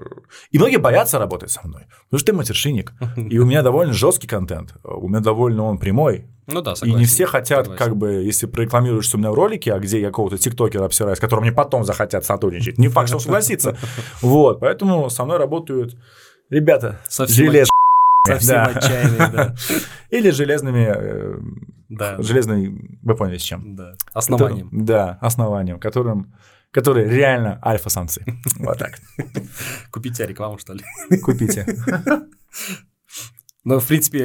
И многие боятся работать со мной, потому что я матершинник, и у меня довольно жесткий контент, у меня довольно он прямой.
Ну да, согласен.
И не все хотят,
согласен.
Как бы, если прорекламируешься у меня в ролике, а где я какого-то тиктокера обсираю, с которым мне потом захотят сотрудничать, не факт, что он согласится. Вот, поэтому со мной работают ребята железные.
Совсем отчаянные, да.
Или железными, железной, вы поняли, с чем.
Да, основанием.
Да, основанием, которым которые реально альфа-самцы. Вот так.
Купите рекламу, что ли?
Купите.
Ну, в принципе,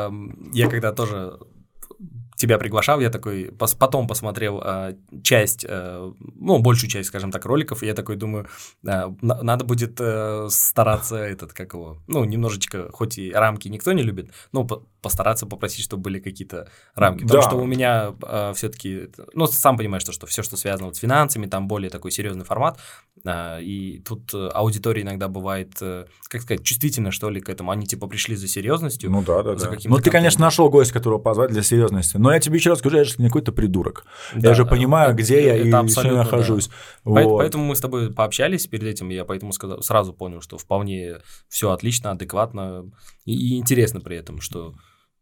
я когда тоже тебя приглашал, я такой, потом посмотрел часть, ну, большую часть, скажем так, роликов, и я такой думаю, надо будет стараться этот, как его, ну, немножечко, хоть и рамки никто не любит, но постараться попросить, чтобы были какие-то рамки. Потому да. что у меня все-таки, ну, сам понимаешь, что, что все, что связано вот с финансами, там более такой серьезный формат, и тут аудитория иногда бывает, как сказать, чувствительна, что ли, к этому. Они типа пришли за серьезностью.
Ну да, да, да. Ну ты, конечно, нашел гостя, которого позвать для серьезности, но я тебе еще раз скажу, я же не какой-то придурок. Да, я же понимаю, это, где я и где я нахожусь.
Да. Вот. Поэтому мы с тобой пообщались перед этим, я поэтому сказал, сразу понял, что вполне все отлично, адекватно и, и интересно при этом, что...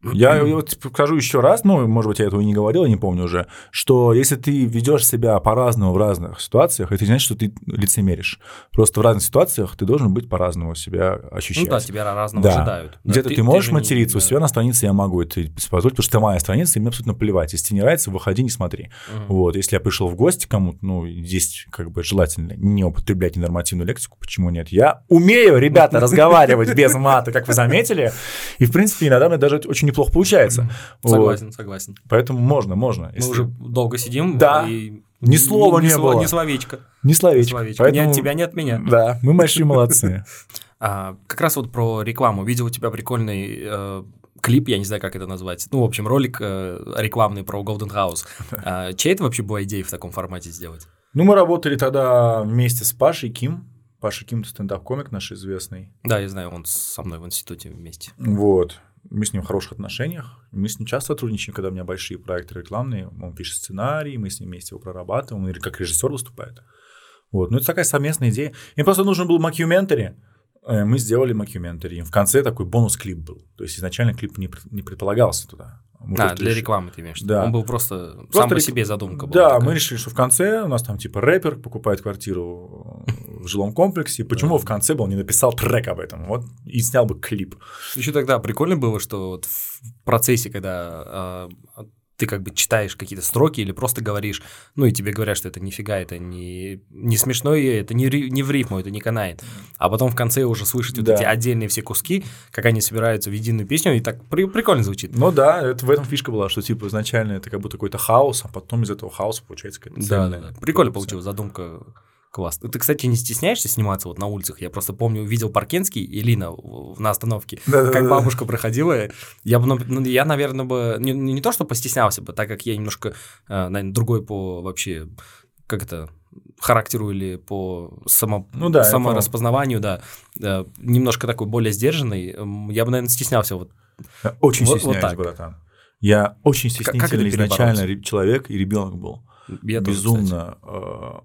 Я вот скажу еще раз, ну, может быть, я этого и не говорил, я не помню уже, что если ты ведешь себя по-разному в разных ситуациях, это не значит, что ты лицемеришь. Просто в разных ситуациях ты должен быть по-разному себя ощущать.
Ну да, тебя разному
да.
ожидают.
Где-то
да,
ты, ты можешь
ты
материться,
не...
у себя на странице я могу это позволить, потому что это моя страница, и мне абсолютно плевать. Если тебе не нравится, выходи, не смотри. Угу. Вот. Если я пришел в гости к кому-то, ну, здесь как бы желательно не употреблять ненормативную лексику, почему нет? Я умею, ребята, разговаривать без мата, как вы заметили, и, в принципе, иногда мне даже очень неплохо получается.
Согласен,
вот.
согласен.
Поэтому можно, можно.
Мы если... уже долго сидим.
Да.
И...
Ни слова
ни,
не
ни
было.
Ни словечко.
Ни словечко.
Ни словечко.
Поэтому...
Ни от тебя, ни от меня.
Да, мы большие молодцы.
А, как раз вот про рекламу. Видел у тебя прикольный э, клип, я не знаю, как это назвать. Ну, в общем, ролик э, рекламный про Golden House. А, чья это вообще была идея в таком формате сделать?
Ну, мы работали тогда вместе с Пашей Ким. Паша Ким – стендап-комик наш известный.
Да, я знаю, он со мной в институте вместе.
Вот. Мы с ним в хороших отношениях. Мы с ним часто сотрудничаем, когда у меня большие проекты рекламные. Он пишет сценарий, мы с ним вместе его прорабатываем. Он как режиссер выступает. Вот. Ну, это такая совместная идея. Им просто нужен был мокюментари. Мы сделали мокюментари. В конце такой бонус-клип был. То есть изначально клип не, не предполагался туда.
Мы а, для решили... рекламы ты имеешь?
Да.
Он был просто, просто сам рек... по себе задумка была.
Да,
такая.
Мы решили, что в конце у нас там типа рэпер покупает квартиру в жилом комплексе. Почему в конце бы он не написал трек об этом? Вот и снял бы клип.
Еще тогда прикольно было, что вот в процессе, когда э, ты как бы читаешь какие-то строки или просто говоришь, ну и тебе говорят, что это нифига, это не, не смешно, это не, не в рифму, это не канает. А потом в конце уже слышать вот да. эти отдельные все куски, как они собираются в единую песню, и так при, прикольно звучит.
Ну да, это в этом фишка была, что типа изначально это как будто какой-то хаос, а потом из этого хаоса получается какая-то цельная.
Да, да, да. Прикольно получилась задумка. Класс. Ты, кстати, не стесняешься сниматься вот на улицах? Я просто помню, видел Паркенский и Лина на остановке, да, как да, бабушка да. проходила. Я, ну, я, наверное, бы не, не то, что постеснялся бы, так как я немножко, наверное, другой по вообще, как это, характеру или по само,
ну, да,
самораспознаванию, да, немножко такой более сдержанный, я бы, наверное, стеснялся. Вот,
я очень вот, стесняюсь, вот братан. Я очень стеснительный изначально человек и ребенок был. Я безумно... Тоже,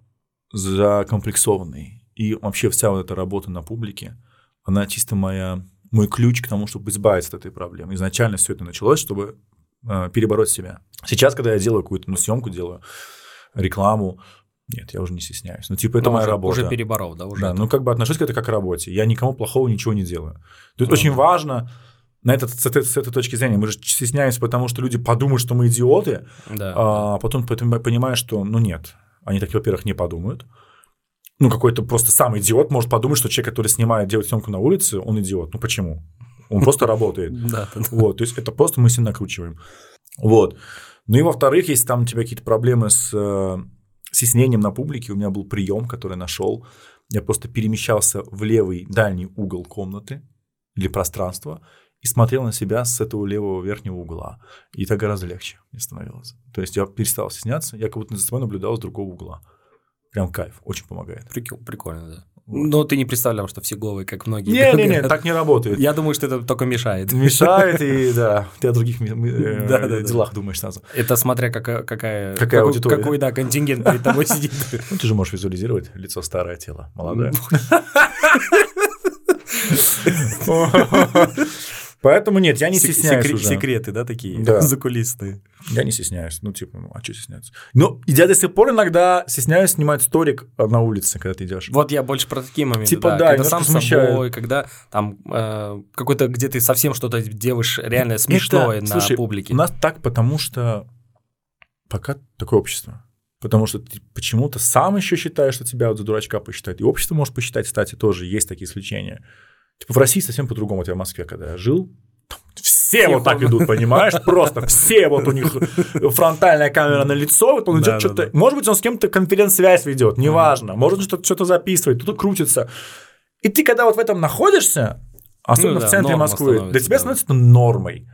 закомплексованный. И вообще вся вот эта работа на публике, она чисто моя, мой ключ к тому, чтобы избавиться от этой проблемы. Изначально все это началось, чтобы э, перебороть себя. Сейчас, когда я делаю какую-то ну, съемку, делаю рекламу, нет, я уже не стесняюсь. Ну, типа, это Но моя
уже,
работа.
Уже переборол, да? Уже
да,
это...
ну, как бы отношусь к этому как к работе. Я никому плохого ничего не делаю. То есть, mm-hmm. очень важно... На этот, с, этой, с этой точки зрения мы же стесняемся, потому что люди подумают, что мы идиоты,
да,
а
да.
потом понимаешь, что, ну, нет. Они так, во-первых, не подумают. Ну, какой-то просто сам идиот может подумать, что человек, который снимает, делает съемку на улице, он идиот. Ну, почему? Он просто работает.
Да, да.
Вот, то есть, это просто мы себя накручиваем. Вот. Ну, и во-вторых, если там у тебя какие-то проблемы с стеснением на публике, у меня был прием, который я нашел. Я просто перемещался в левый дальний угол комнаты или пространства и смотрел на себя с этого левого верхнего угла. И так гораздо легче мне становилось. То есть я перестал стесняться, я как будто за собой наблюдал с другого угла. Прям кайф, очень помогает.
Прикольно, да. Вот. Но ты не представлял, что все головы, как многие.
Не-не-не, так не работает.
Я думаю, что это только мешает.
Мешает, и да, ты о других делах думаешь сразу.
Это смотря какая аудитория. Какой, да, контингент перед тобой сидит.
Ну, ты же можешь визуализировать лицо старое, тело молодое. Поэтому нет, я не
Сек-
стесняюсь
секре-
уже.
Секреты, да, такие,
да.
закулисные.
Я не стесняюсь, ну типа, ну а что стесняться? Но я до сих пор иногда стесняюсь снимать сторик на улице, когда ты идешь.
Вот я больше про такие моменты,
типа,
да,
да,
когда сам с собой, когда там э, какой-то, где ты совсем что-то делаешь реально смешное это, на
слушай,
публике.
У нас так, потому что пока такое общество. Потому что ты почему-то сам еще считаешь, что тебя вот за дурачка посчитают. И общество может посчитать, кстати, тоже есть такие исключения. Типа в России совсем по-другому. Вот я в Москве, когда я жил, все вот так идут, понимаешь? Просто все вот у них фронтальная камера на лицо, вот он идет что-то. Может быть, он с кем-то конференц-связь ведет, неважно. Может, что-то что-то записывает, кто-то крутится. И ты, когда вот в этом находишься, особенно ну, да, в центре Москвы, для тебя да. становится это нормой.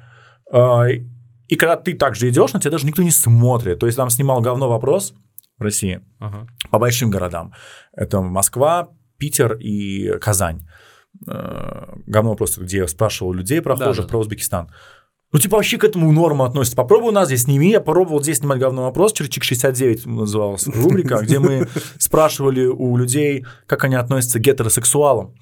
И когда ты так же идешь, на тебя даже никто не смотрит. То есть там снимал говно вопрос в России uh-huh. по большим городам. Это Москва, Питер и Казань. Говно вопрос, где я спрашивал людей, прохожих, да, да. про Узбекистан. Ну, типа, вообще к этому норма относится. Попробуй у нас здесь сними. Я попробовал здесь снимать говно вопрос. Чертик шестьдесят девять называлась рубрика, где мы спрашивали у людей, как они относятся к гетеросексуалам.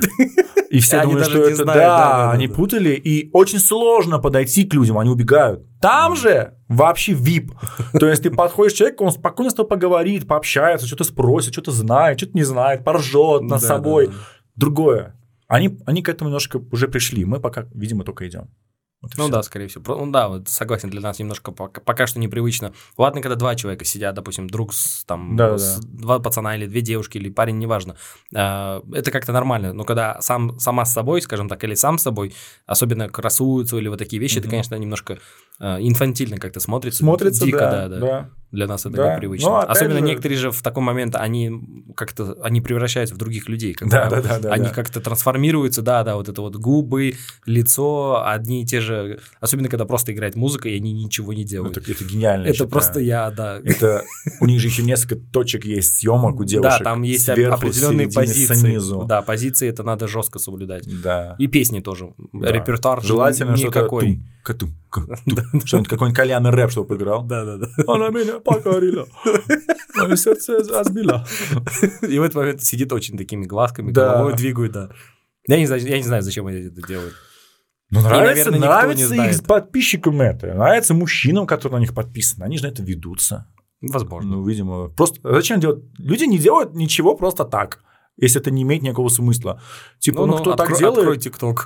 И все думали, что это, знают, да, да, да, они да. путали, и очень сложно подойти к людям, они убегают. Там же вообще вип. То есть ты подходишь к человеку, он спокойно с тобой поговорит, пообщается, что-то спросит, что-то знает, что-то не знает, поржет над да, собой. Да, да. Другое. Они, они к этому немножко уже пришли, мы пока, видимо, только идем. Вот
ну
все.
Да, скорее всего. Ну да, вот согласен, для нас немножко пока, пока что непривычно. Ладно, когда два человека сидят, допустим, друг с, там,
да,
с,
да.
два пацана или две девушки, или парень, неважно. Э, это как-то нормально. Но когда сам, сама с собой, скажем так, или сам с собой, особенно красуются или вот такие вещи, mm-hmm. это, конечно, немножко э, инфантильно как-то смотрится.
Смотрится,
дико,
да,
да, да.
да.
Для нас это
да.
непривычно. Особенно
же...
некоторые же в такой момент, они как-то они превращаются в других людей.
Да, да, да, да,
они
да.
как-то трансформируются, да, да, вот это вот губы, лицо, одни и те же. Особенно, когда просто играет музыка, и они ничего не делают.
Это, это гениально.
Это просто я, да.
Это у них же еще несколько точек есть съемок у девушек.
Да, там есть
сверху,
определенные позиции.
Снизу.
Да, позиции это надо жестко соблюдать.
Да.
И песни тоже. Да. Репертуар
желательно
никакой.
Что-то что-нибудь какой-нибудь кальянный рэп, чтобы поиграл.
Да, да, да.
Она меня покорила. Мое сердце разбила.
И в этот момент сидит очень такими глазками, головой двигает, да. Я не знаю, я не знаю, зачем они это делают.
Ну, нравится,
и, наверное,
нравится их подписчикам это. Нравится мужчинам, которые на них подписаны. Они же на это ведутся.
Возможно.
Ну, видимо. Просто зачем делать? Люди не делают ничего просто так, если это не имеет никакого смысла. Типа, ну, ну кто откро- так делает...
Открой ТикТок.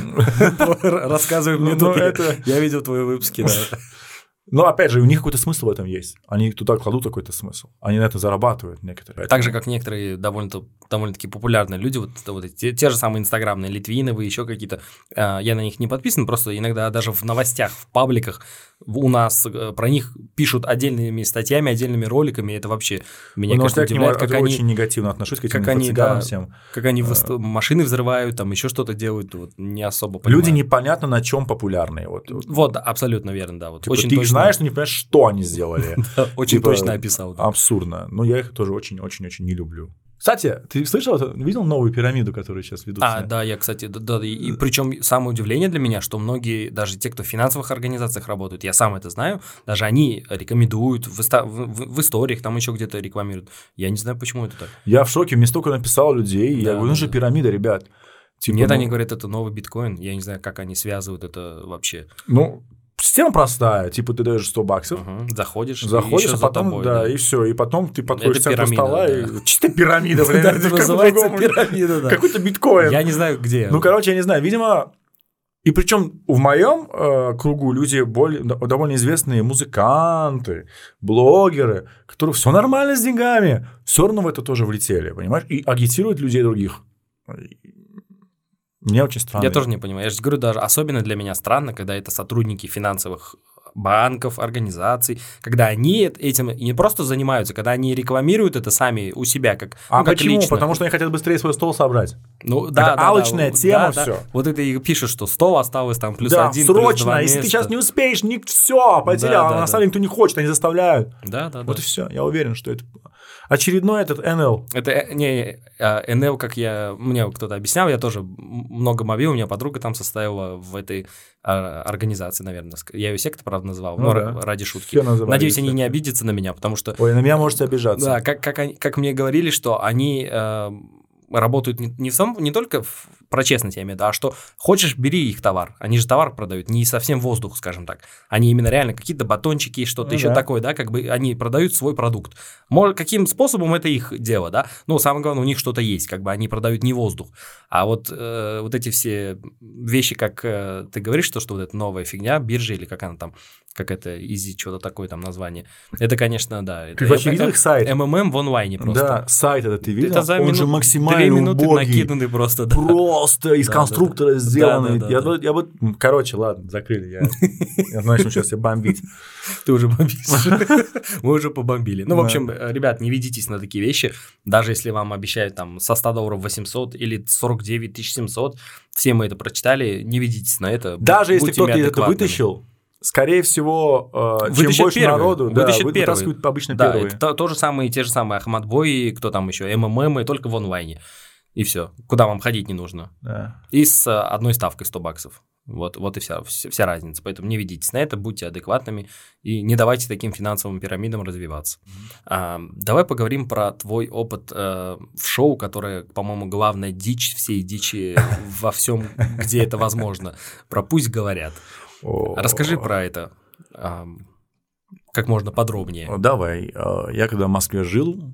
Рассказывай мне тут. Я видел твои выпуски, да.
Но, опять же, у них какой-то смысл в этом есть. Они туда кладут какой-то смысл. Они на это зарабатывают некоторые.
Так же, как некоторые довольно- довольно-таки популярные люди, вот, вот эти, те, те же самые инстаграмные, Литвиновые, еще какие-то. Э, я на них не подписан, просто иногда даже в новостях, в пабликах у нас э, про них пишут отдельными статьями, отдельными роликами. Это вообще меня
ну,
как удивляет,
как
они...
очень негативно отношусь к этим
как они, да,
всем.
Как они а... машины взрывают, там еще что-то делают, вот, не особо понимаю.
Люди непонятно на чем популярные. Вот,
вот абсолютно верно, да. Вот,
типа,
очень
ты
точно...
знаешь, но не понимаешь, что они сделали.
Очень точно описал.
Абсурдно. Но я их тоже очень-очень-очень не люблю. Кстати, ты слышал, видел новую пирамиду, которую сейчас ведут?
А, да, я, кстати, да, да, и, и причем самое удивление для меня, что многие, даже те, кто в финансовых организациях работают, я сам это знаю, даже они рекомендуют в, в, в, в историях, там еще где-то рекламируют. Я не знаю, почему это так.
Я в шоке, мне столько написал людей, да, я говорю, ну же да. пирамида, ребят.
Типа, Нет, ну... они говорят, это новый биткоин, я не знаю, как они связывают это вообще.
Ну... Система простая, типа ты даешь сто баксов,
угу. заходишь,
заходишь,
и
а потом,
тобой,
да,
да,
и все, и потом ты подходишь к центру стола,
да.
и чисто пирамида, блин,
это называется пирамида, да.
Какой-то биткоин.
Я не знаю, где.
Ну, короче, я не знаю, видимо, и причем в моем э, кругу люди более, довольно известные музыканты, блогеры, которые все нормально с деньгами, все равно в это тоже влетели, понимаешь, и агитируют людей других. Мне очень странно.
Я тоже не понимаю. Я же говорю, даже особенно для меня странно, когда это сотрудники финансовых банков, организаций, когда они этим не просто занимаются, когда они рекламируют это сами у себя, как,
а
ну, как
почему?
лично.
Потому что они хотят быстрее свой стол собрать.
Ну, да,
это
да,
алчная
да,
тема,
да,
все.
Да. Вот это и пишет, что стол осталось там плюс
да,
один,
срочно,
плюс два
если
места.
ты сейчас не успеешь, не... все, потерял,
да,
а
да,
на самом деле никто не хочет, они заставляют.
Да, да,
вот
да.
и все, я уверен, что это очередной этот эн эл.
Это не эн эл, как я, мне кто-то объяснял, я тоже много мобил, у меня подруга там состояла в этой организации, наверное. Я ее секта, правда, называл, ну, но да. ради шутки. Надеюсь, они не обидятся на меня, потому что...
Ой, на меня можете обижаться.
Да, как, как, они, как мне говорили, что они э, работают не, не, в самом, не только в, про честность, я имею в виду, а что хочешь, бери их товар. Они же товар продают, не совсем воздух, скажем так. Они именно реально какие-то батончики, что-то ну, еще да. такое, да, как бы они продают свой продукт. Может, каким способом это их дело, да? Но самое главное, у них что-то есть, как бы они продают не воздух. А вот, э, вот эти все вещи, как э, ты говоришь, что, что вот эта новая фигня, биржа или как она там, как это, Easy, что-то такое там название. Это, конечно, да.
Ты вообще видел их сайт?
эм эм эм в онлайне просто.
Да, сайт это ты видел?
Это за
Он
минут,
же максимально
две минуты
убогий.
накиданный просто. Да.
Просто из
да,
конструктора
да,
сделанный.
да, да,
я,
да.
я вот, короче, ладно, закрыли. Я, я начну сейчас себя бомбить.
Ты уже бомбишь. Мы уже побомбили. Ну, в общем, ребят, не ведитесь на такие вещи. Даже если вам обещают там со ста долларов восемьсот или сорок девять тысяч семьсот, все мы это прочитали, не ведитесь на это.
Даже если кто-то это вытащил, скорее всего, э, чем больше
первые,
народу, да,
вытаскивают
обычно
да,
первые.
Это то же самое, те же самые Ахмадбои, кто там еще, эм эм эм, только в онлайне. И все. Куда вам ходить не нужно. Да. И с одной ставкой сто баксов. Вот, вот и вся, вся разница. Поэтому не ведитесь на это, будьте адекватными и не давайте таким финансовым пирамидам развиваться. Mm-hmm. А, давай поговорим про твой опыт а, в шоу, которое, по-моему, главная дичь всей дичи во всем, где это возможно. Про «Пусть говорят». Расскажи про это а, как можно подробнее.
Давай. Я когда в Москве жил,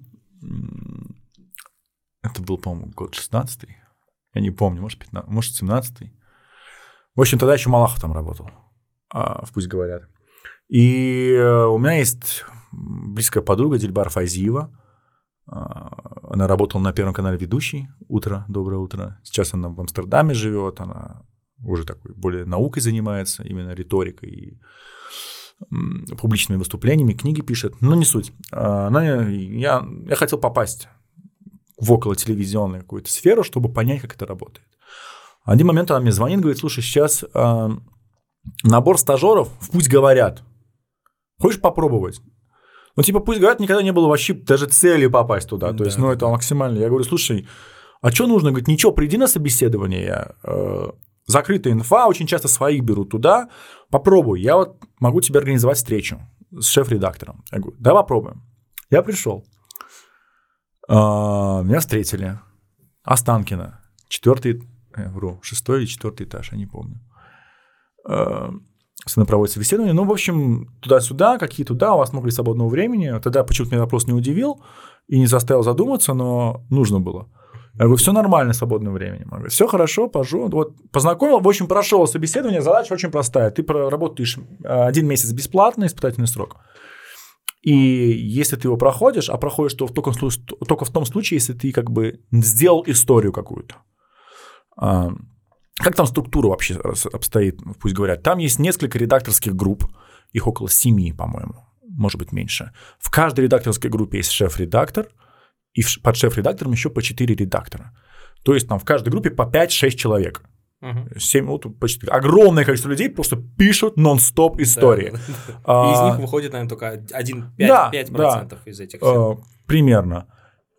это был, по-моему, год шестнадцатый, я не помню, может, пятнадцатый, может, семнадцатый. В общем, тогда еще Малахов там работал, в «Пусть говорят». И у меня есть близкая подруга Дильбар Файзиева. Она работала на Первом канале ведущей. Утро, доброе утро. Сейчас она в Амстердаме живет. Она уже такой более наукой занимается, именно риторикой и публичными выступлениями, книги пишет. Но не суть. Она, я, я хотел попасть в околотелевизионную какую-то сферу, чтобы понять, как это работает. Один момент она мне звонит, говорит: слушай, сейчас э, набор стажеров в «Пусть говорят». Хочешь попробовать? Ну, типа, «Пусть говорят» никогда не было вообще даже цели попасть туда. То да, есть, ну, это максимально. Я говорю: слушай, а что нужно? Говорит: ничего, приди на собеседование. Э, закрытая инфа, очень часто своих берут туда. Попробуй. Я вот могу тебе организовать встречу с шеф-редактором. Я говорю: давай попробуем. Я пришел. Э, меня встретили. Останкино. Четвертый. Вру, шестой или четвертый этаж, я не помню. Со мной проводит собеседование. Ну, в общем, туда-сюда, какие туда, у вас много ли свободного времени. Тогда почему-то меня вопрос не удивил и не заставил задуматься, но нужно было. Я говорю: все нормально, свободное время. Я говорю: все хорошо, пожу. Вот, познакомил, в общем, прошел собеседование. Задача очень простая. Ты проработаешь один месяц бесплатно, испытательный срок. И если ты его проходишь, а проходишь то только, только в том случае, если ты как бы сделал историю какую-то. Как там структура вообще обстоит, «Пусть говорят»? Там есть несколько редакторских групп, их около семи, по-моему, может быть, меньше. В каждой редакторской группе есть шеф-редактор, и под шеф-редактором еще по четыре редактора. То есть там в каждой группе по пять-шесть человек. Угу. семь, вот, почти. Огромное количество людей просто пишут нон-стоп истории.
Да, да, да. А, и из них выходит, наверное, только один-пять процентов да, из этих всех.
А, примерно.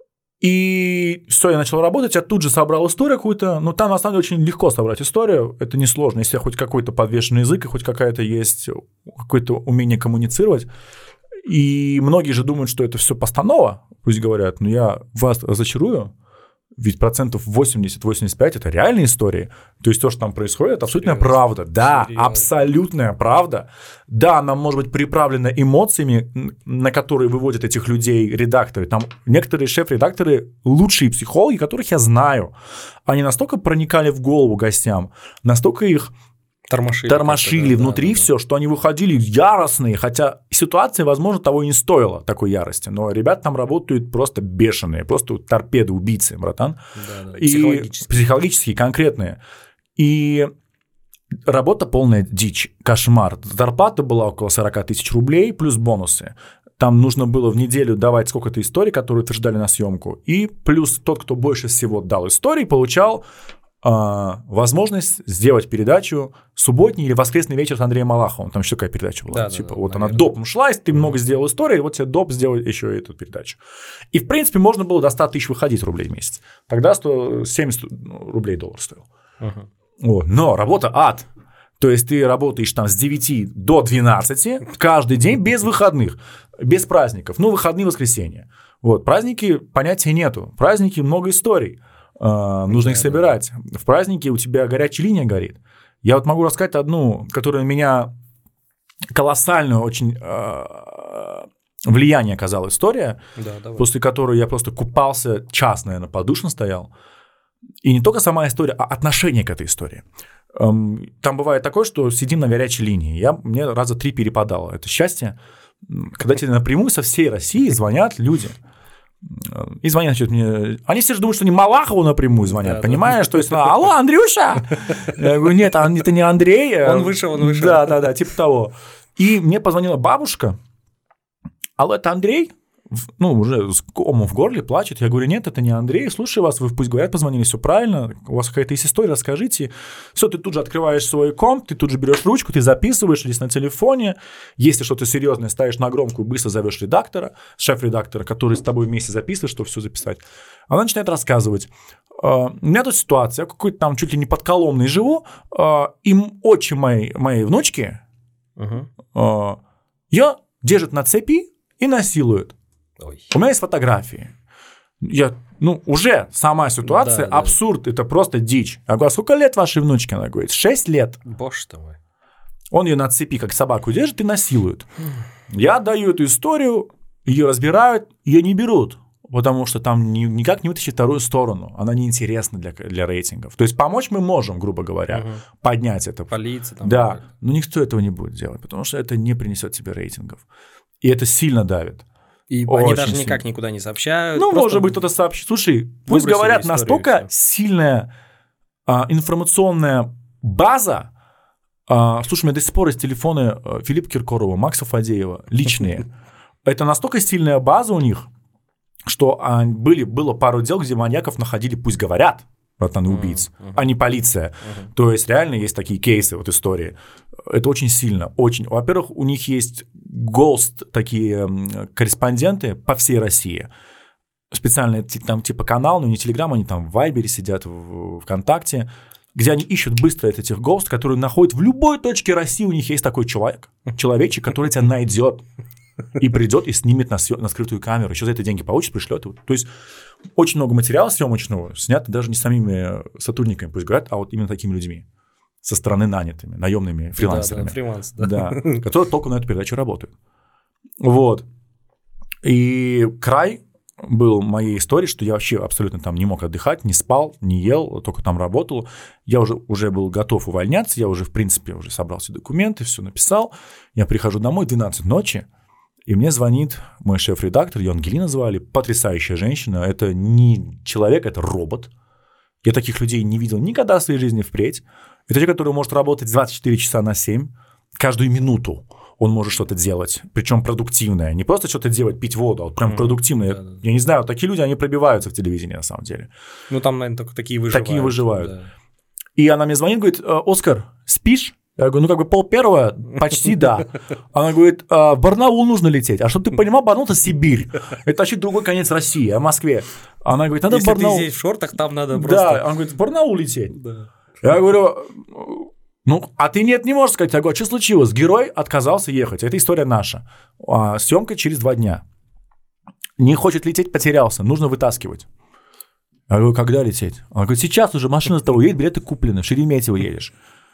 И все, я начал работать, я тут же собрал историю какую-то, но там на самом деле очень легко собрать историю, это несложно, если хоть какой-то подвешенный язык и хоть какая-то есть, какое-то умение коммуницировать. И многие же думают, что это все постанова, «Пусть говорят», но я вас разочарую, ведь процентов восемьдесят-восемьдесят пять это реальные истории. То есть то, что там происходит, это абсолютная Серьезно? правда. Да, Серьезно? абсолютная правда. Да, она может быть приправлена эмоциями, на которые выводят этих людей редакторы. Там некоторые шеф-редакторы, лучшие психологи, которых я знаю, они настолько проникали в голову гостям, настолько их тормошили, тормошили да, внутри да, да, все, да. что они выходили яростные, хотя ситуация, возможно, того и не стоила, такой ярости, но ребята там работают просто бешеные, просто торпеды, убийцы, братан.
Да, да.
И психологические. психологические, конкретные. И работа полная дичь, кошмар. Зарплата была около сорок тысяч рублей, плюс бонусы. Там нужно было в неделю давать сколько-то историй, которые утверждали на съемку, и плюс тот, кто больше всего дал историй, получал возможность сделать передачу «Субботний или воскресный вечер» с Андреем Малаховым. Там еще такая передача была. Да, типа, да, вот наверное. Она допом шла, если ты много сделал истории, вот тебе доп сделай еще эту передачу. И, в принципе, можно было до ста тысяч выходить рублей в месяц. Тогда сто семьдесят рублей доллар стоил. Uh-huh. Вот. Но работа ад. То есть ты работаешь там с девяти до двенадцати каждый день без выходных, без праздников. Ну, выходные, воскресенья. Вот. Праздники понятия нету. Праздники много историй. Uh, нужно да, их собирать. Да. В празднике у тебя горячая линия горит. Я вот могу рассказать одну, которая на меня колоссальное очень uh, влияние оказала история,
да,
после которой я просто купался час, наверное, под душем стоял. И не только сама история, а отношение к этой истории. Там бывает такое, что сидим на горячей линии. Я, мне раза три перепадало. Это счастье, когда тебе напрямую со всей России звонят люди. И звонят, значит, мне... Они все же думают, что они Малахову напрямую звонят, да, понимаешь? Да. То есть, алло, Андрюша! Я говорю, нет, это не Андрей.
Он вышел, он вышел.
Да-да-да, типа того. И мне позвонила бабушка. Алло, это Андрей? Ну, уже с комом в горле, плачет. Я говорю, нет, это не Андрей, слушай вас, вы пусть говорят, позвонили, все правильно, у вас какая-то есть история, расскажите. Все, ты тут же открываешь свой комп, ты тут же берешь ручку, ты записываешь здесь на телефоне, если что-то серьезное, ставишь на громкую, быстро зовешь редактора, шеф-редактора, который с тобой вместе записывает, чтобы все записать. Она начинает рассказывать. У меня тут ситуация, я какой-то там чуть ли не под Коломной живу, им отчим моей, моей внучки uh-huh. ее держат на цепи и насилуют. Ой. У меня есть фотографии. Я, ну, уже сама ситуация, да, абсурд, да. Это просто дичь. Я говорю, а сколько лет вашей внучке? Она говорит, шесть лет.
Боже ты мой.
Он ее на цепи, как собаку держит и насилует. Я даю эту историю, ее разбирают, ее не берут, потому что там ни, никак не вытащить вторую сторону. Она неинтересна для, для рейтингов. То есть помочь мы можем, грубо говоря, угу. поднять это.
Полиция. Там
да,
бывает.
Но никто этого не будет делать, потому что это не принесет тебе рейтингов. И это сильно давит.
И
очень
они даже
сильно.
Никак никуда не сообщают.
Ну, может быть, кто-то сообщит. Слушай, пусть говорят, настолько сильная а, информационная база. А, слушай, у меня до сих пор есть телефоны Филиппа Киркорова, Макса Фадеева, личные. Это настолько сильная база у них, что а, были, было пару дел, где маньяков находили, пусть говорят, братаны убийц, uh-huh. а не полиция. Uh-huh. То есть реально есть такие кейсы, вот истории. Это очень сильно, очень. Во-первых, у них есть голст, такие корреспонденты по всей России. Специально там типа канал, но не Телеграм, они там в Вайбере сидят, в ВКонтакте, где они ищут быстро этих голст, которые находят в любой точке России. У них есть такой человек, человечек, который тебя найдет и придет и снимет на, съем, на скрытую камеру. Еще за это деньги получит, пришлет. То есть очень много материала съемочного снято даже не самими сотрудниками, пусть говорят, а вот именно такими людьми. Со стороны нанятыми, наемными фрилансерами.
Да, да, фриланс, да.
Да, которые только на эту передачу работают. Вот. И край был моей истории, что я вообще абсолютно там не мог отдыхать, не спал, не ел, только там работал. Я уже, уже был готов увольняться, я уже, в принципе, уже собрал все документы, все написал. Я прихожу домой, двенадцать ночи, и мне звонит мой шеф-редактор, ее Ангелина звали, потрясающая женщина. Это не человек, это робот. Я таких людей не видел никогда в своей жизни впредь. Это человек, который может работать двадцать четыре часа на семь, каждую минуту он может что-то делать, причем продуктивное. Не просто что-то делать, пить воду, а вот прям mm-hmm. продуктивное. Да, да. Я не знаю, такие люди, они пробиваются в телевидении на самом деле.
Ну, там, наверное, только такие выживают.
Такие выживают.
Да.
И она мне звонит, говорит, Оскар, спишь? Я говорю, ну, как бы пол первого, почти да. Она говорит, в Барнаул нужно лететь. А чтобы ты понимал, Барнаул – это Сибирь. Это вообще другой конец России, а в Москве. Она говорит, надо в Барнаул.
Если ты здесь в шортах, там надо просто…
Да, она говорит, в Барнаул лететь. Да. Я говорю, ну, а ты нет, не можешь сказать. Я говорю, что случилось? Герой отказался ехать. Это история наша. А, съемка через два дня. Не хочет лететь, потерялся. Нужно вытаскивать. Я говорю, когда лететь? Она говорит, сейчас уже машина с тобой едет, билеты куплены, в Шереметьево едешь.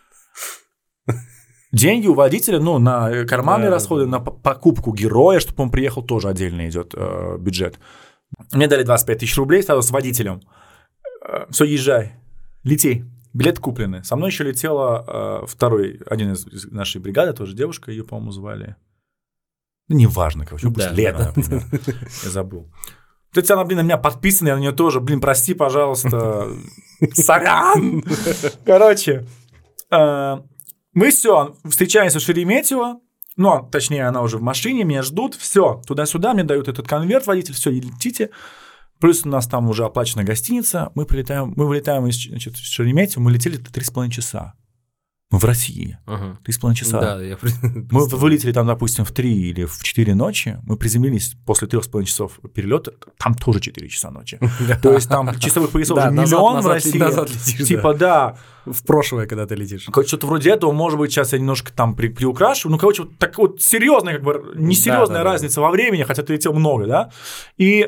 Деньги у водителя, ну, на карманные да, расходы, да. на покупку героя, чтобы он приехал, тоже отдельно идет э, бюджет. Мне дали двадцать пять тысяч рублей сразу с водителем. Э, все, езжай, лети. Билеты куплены. Со мной еще летела э, второй, один из нашей бригады, тоже девушка, ее, по-моему, звали. Ну, неважно, короче, пусть да, Лена, да. например. Я забыл. То есть она, блин, на меня подписана, я на нее тоже, блин, прости, пожалуйста, сорян. Короче, мы все, встречаемся в Шереметьево, ну, точнее, она уже в машине, меня ждут, все, туда-сюда, мне дают этот конверт, водитель, все, летите. Плюс у нас там уже оплачена гостиница, мы прилетаем, мы вылетаем из, значит, в Шереметьево, мы летели три с половиной часа. Мы в России. Ага. Три с половиной часа.
Да, я
мы вылетели там, допустим, в три или в четыре ночи, мы приземлились после трех с половиной часов перелета, там тоже четыре часа ночи. То есть там часовых поясов уже миллион в России. Типа, да.
В прошлое, когда ты летишь.
Что-то вроде этого, может быть, сейчас я немножко там приукрашиваю. Ну, короче, вот так вот серьезная, как бы, несерьезная разница во времени, хотя ты летел много, да. И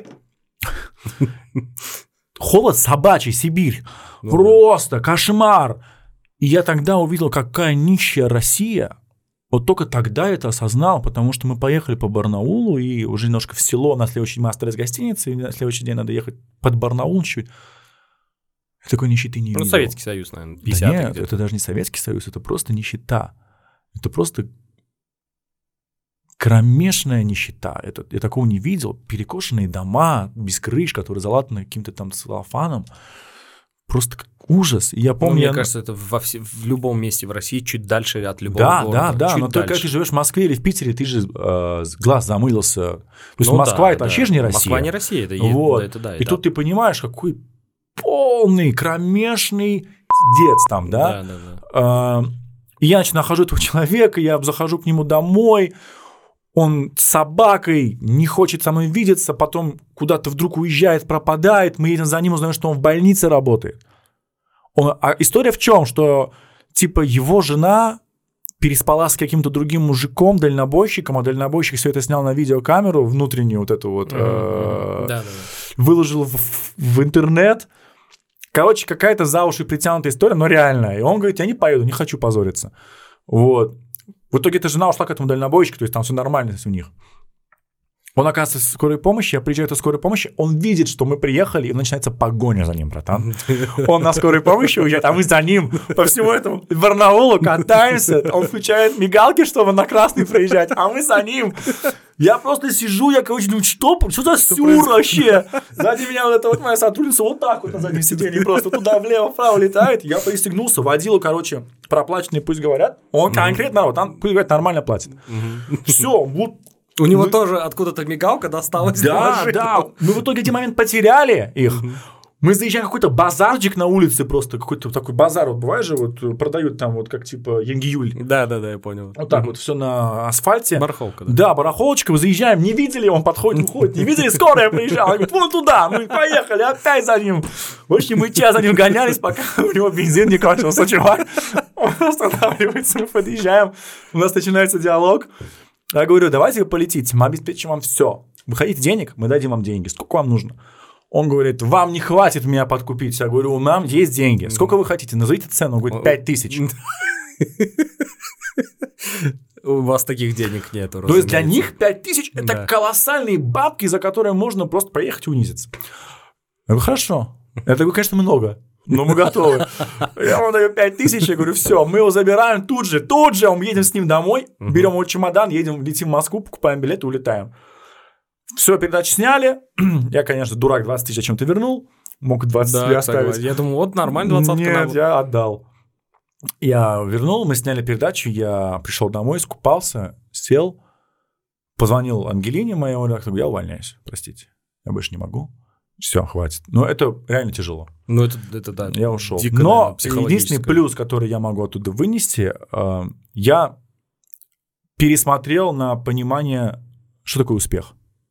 холод собачий, Сибирь. Просто кошмар. И я тогда увидел, какая нищая Россия. Вот только тогда это осознал, потому что мы поехали по Барнаулу, и уже немножко в село, на следующий день мы остались в гостинице, и на следующий день надо ехать под Барнаул чуть. Я такой нищеты не
ну,
видел.
Ну, Советский Союз, наверное, пятидесятые
да нет,
где-то.
это даже не Советский Союз, это просто нищета. Это просто кромешная нищета. Это, я такого не видел. Перекошенные дома без крыш, которые залатаны каким-то там целлофаном. Просто ужас. И я помню,
ну, мне
я...
кажется, это во все, в любом месте в России чуть дальше от любого
да,
города.
Да, да,
чуть
но только когда ты живешь в Москве или в Питере, ты же э, глаз замылился. То есть
ну,
Москва
да,
это
да.
вообще же не Россия.
Москва не Россия, это,
вот.
это да.
И
это...
тут ты понимаешь, какой полный, кромешный пиздец там, да?
Да, да, да.
Э, и я, значит, нахожу этого человека, я захожу к нему домой, он с собакой не хочет со мной видеться, потом куда-то вдруг уезжает, пропадает, мы едем за ним, узнаем, что он в больнице работает. Он, а история в чем? Что типа его жена переспала с каким-то другим мужиком, дальнобойщиком, а дальнобойщик все это снял на видеокамеру, внутреннюю вот эту вот,
mm-hmm. э-
выложил в, в интернет. Короче, какая-то за уши притянутая история, но реальная. И он говорит, я не поеду, не хочу позориться. Вот. В итоге эта жена ушла к этому дальнобойщику, то есть там все нормально у них. Он оказывается в скорой помощи, я приезжаю в скорой помощи, он видит, что мы приехали, и начинается погоня за ним, братан. Он на скорой помощи уезжает, а мы за ним по всему этому Барнаулу катаемся, он включает мигалки, чтобы на красный проезжать, а мы за ним. Я просто сижу, я, короче, думаю, что, что за сюр вообще? Сзади меня вот эта вот моя сотрудница вот так вот на заднем сиденье просто туда влево-вправо летает. Я пристегнулся, водилу, короче, проплаченные пусть говорят. Он конкретно, вот, там, пусть говорят, нормально платит. Все, вот.
У него ну, тоже откуда-то мигалка досталась.
Да, да. Мы в итоге эти момент потеряли их. Mm-hmm. Мы заезжаем в какой-то базарчик на улице просто, какой-то такой базар, вот бывает же, вот продают там вот как типа Янгиюль.
Да, да, да, я понял.
Вот так mm-hmm. вот все на асфальте.
Барахолка.
Да. Да, барахолочка, мы заезжаем, не видели, он подходит, уходит, не видели, скорая приезжала, говорит, вон туда, мы поехали, опять за ним. В общем, мы час за ним гонялись, пока у него бензин не кончился, чувак. Он останавливается, мы подъезжаем, у нас начинается диалог. Я говорю, давайте вы полетите, мы обеспечим вам все. Вы хотите денег, мы дадим вам деньги. Сколько вам нужно? Он говорит, вам не хватит меня подкупить. Я говорю, у нас есть деньги. Сколько вы хотите? Назовите цену. Он говорит, пять тысяч.
У вас таких денег нет.
То есть для них пять тысяч – это колоссальные бабки, за которые можно просто поехать и унизиться. Я говорю, хорошо. Я говорю, конечно, много. Но мы готовы. Я вам даю пять тысяч, я говорю, все, мы его забираем тут же, тут же, мы едем с ним домой, uh-huh. берем его чемодан, едем, летим в Москву, покупаем билет и улетаем. Все, передачу сняли. Я, конечно, дурак, двадцать тысяч о чем-то вернул, мог двадцать да, оставить.
Я думаю, вот нормально, двадцатка.
Нет, я отдал. Я вернул, мы сняли передачу, я пришел домой, искупался, сел, позвонил Ангелине моей, я увольняюсь, простите, я больше не могу. Все, хватит. Но это реально тяжело.
Ну, это, это да.
Я ушел.
Дико,
но наверное, единственный плюс, который я могу оттуда вынести, э, я пересмотрел на понимание, что такое успех.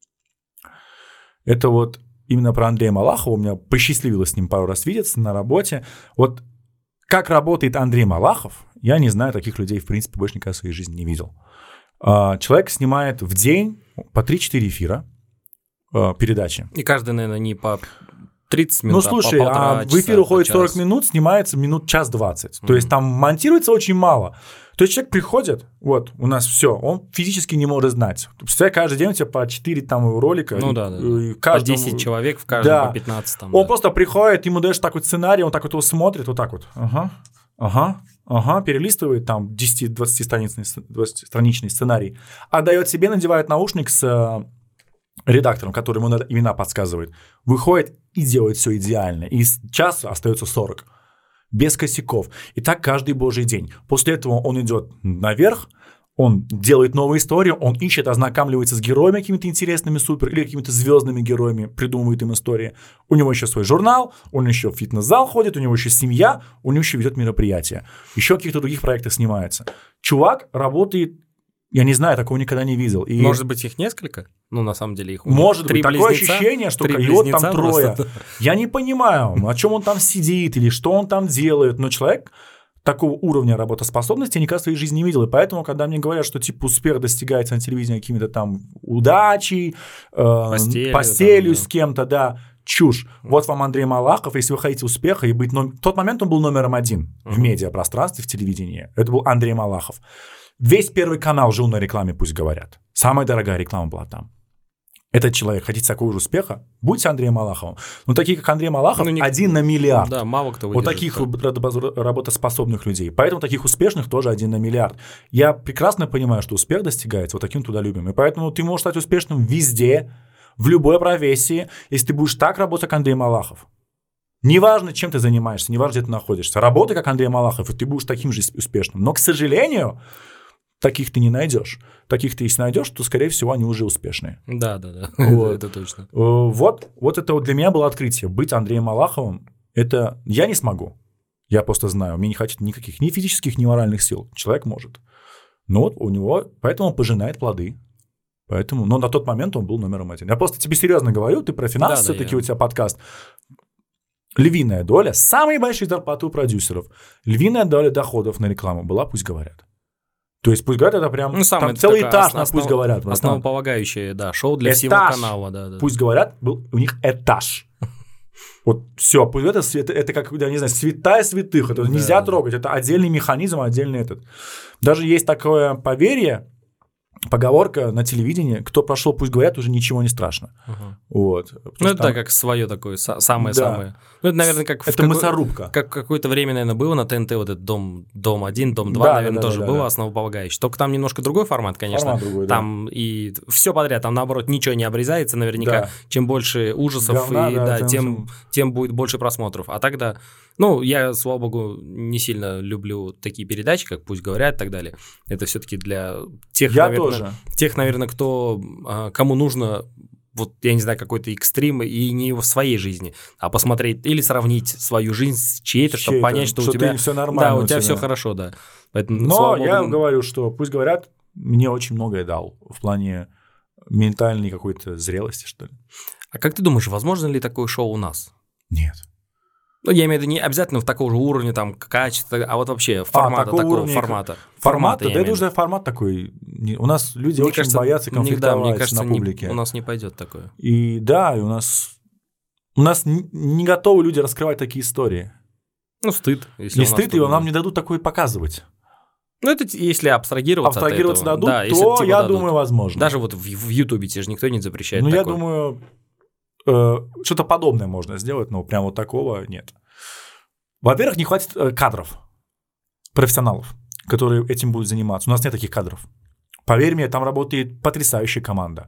Это вот именно про Андрея Малахова. У меня посчастливилось с ним пару раз видеться на работе. Вот как работает Андрей Малахов, я не знаю, таких людей, в принципе, больше никогда в своей жизни не видел. Э, человек снимает в день по три-четыре эфира. Передачи.
И каждый, наверное, не по тридцать минут,
ну, слушай,
а по полтора
а в эфир уходит сорок минут, снимается минут час двадцать. Mm-hmm. То есть там монтируется очень мало. То есть человек приходит, вот, у нас все, он физически не может знать. Представляешь, каждый день у тебя по четыре там ролика.
Ну да, да.
Каждому...
По десять человек в каждом,
да.
по пятнадцать там.
Он
да.
просто приходит, ему даешь такой сценарий, он так вот его смотрит, вот так вот. Ага, ага. Ага, перелистывает там десять-двадцатистраничный сценарий, отдает себе, надевает наушник с редактором, который ему имена подсказывает, выходит и делает все идеально. И из часа остается сорок. Без косяков. И так каждый божий день. После этого он идет наверх, он делает новую историю, он ищет, ознакомливается с героями какими-то интересными, супер, или какими-то звездными героями, придумывает им истории. У него еще свой журнал, он еще в фитнес-зал ходит, у него еще семья, он еще ведет мероприятия. Еще в каких-то других проектах снимается. Чувак работает, я не знаю, такого никогда не видел. И...
Может быть, их несколько? Ну, на самом деле, их
может быть, такое ощущение, что его там трое. Просто. Я не понимаю, о чем он там сидит или что он там делает, но человек такого уровня работоспособности я никогда в своей жизни не видел. И поэтому, когда мне говорят, что типа успех достигается на телевидении какими-то там удачей, э, постелью, постелью там, да. с кем-то, да, чушь. Вот вам Андрей Малахов, если вы хотите успеха и быть... Ном... В тот момент он был номером один uh-huh. в медиапространстве, в телевидении. Это был Андрей Малахов. Весь Первый канал жил на рекламе, пусть говорят. Самая дорогая реклама была там. этот человек, хотите такого же успеха, будьте Андреем Малаховым. Но такие, как Андрей Малахов, ну, не... один на миллиард.
Да, мало кто
выдержит. Вот таких так. работоспособных людей. Поэтому таких успешных тоже один на миллиард. Я прекрасно понимаю, что успех достигается вот таким трудолюбием. И поэтому ты можешь стать успешным везде, в любой профессии, если ты будешь так работать, как Андрей Малахов. Неважно, чем ты занимаешься, неважно, где ты находишься. Работай, как Андрей Малахов, и ты будешь таким же успешным. Но, к сожалению, таких ты не найдешь. Таких ты, если найдешь, то, скорее всего, они уже успешные.
Да, да, да.
Вот.
Это точно.
Вот, вот это вот для меня было открытие. Быть Андреем Малаховым, это я не смогу. Я просто знаю, мне не хватит никаких ни физических, ни моральных сил. Человек может. Но вот у него, поэтому он пожинает плоды. Поэтому, но на тот момент он был номером один. Я просто тебе серьезно говорю, ты про финансы, да, все-таки да, я... у тебя подкаст. Львиная доля, самые большие зарплаты у продюсеров, львиная доля доходов на рекламу была, пусть говорят. То есть пусть говорят, это прям ну, там это целый этаж основ... на пусть говорят.
Основополагающее, да, шоу для
этаж,
всего канала. Да, да.
Пусть говорят, был у них этаж. Вот все, пусть это, это, это как, я не знаю, святая святых, это да, нельзя да. трогать, это отдельный механизм, отдельный этот. Даже есть такое поверье, поговорка на телевидении, кто прошел, пусть говорят, уже ничего не страшно. Uh-huh. Вот.
Ну, это там... как свое такое, самое-самое. Да. Ну, это, наверное, как...
Это мясорубка.
Как какое-то время, наверное, было на ТНТ, вот этот дом, дом один, дом два, да, наверное, да, тоже да, было да. основополагающий. Только там немножко другой формат, конечно. Формат другой, там да. и все подряд, там, наоборот, ничего не обрезается, наверняка. Да. Чем больше ужасов, Говна, и, да, да, тем, тем будет больше просмотров. А тогда... Ну, я, слава богу, не сильно люблю такие передачи, как «Пусть говорят» и так далее. Это все-таки для тех,
я
наверное,
тоже.
тех, наверное, кто, кому нужно, вот, я не знаю, какой-то экстрим, и не в своей жизни, а посмотреть или сравнить свою жизнь с чьей-то, чтобы понять, что, что у тебя
все нормально.
Да, у тебя
тебя.
все хорошо, да. Поэтому,
но я богу... говорю, что «Пусть говорят» мне очень многое дал в плане ментальной какой-то зрелости, что ли.
А как ты думаешь, возможно ли такое шоу у нас?
Нет.
Ну, я имею в виду не обязательно в такого же уровня, там, качества, а вот вообще формата, а, такого, такого уровня,
формата. Формата, да это уже формат такой. У нас люди мне очень кажется, боятся конфликтовать да, мне кажется, на публике.
Не, у нас не пойдет такое.
И да, и у нас, у нас не готовы люди раскрывать такие истории.
Ну, стыд.
Если не стыд, и нам не дадут такое показывать.
Ну, это если абстрагироваться,
абстрагироваться
от этого.
дадут, да, то, я дадут. думаю, возможно.
Даже вот в, в Ютубе тебе же никто не запрещает
Ну,
такое.
я думаю, э, что-то подобное можно сделать, но прям вот такого нет. Во-первых, не хватит э, кадров, профессионалов, которые этим будут заниматься. У нас нет таких кадров. Поверь мне, там работает потрясающая команда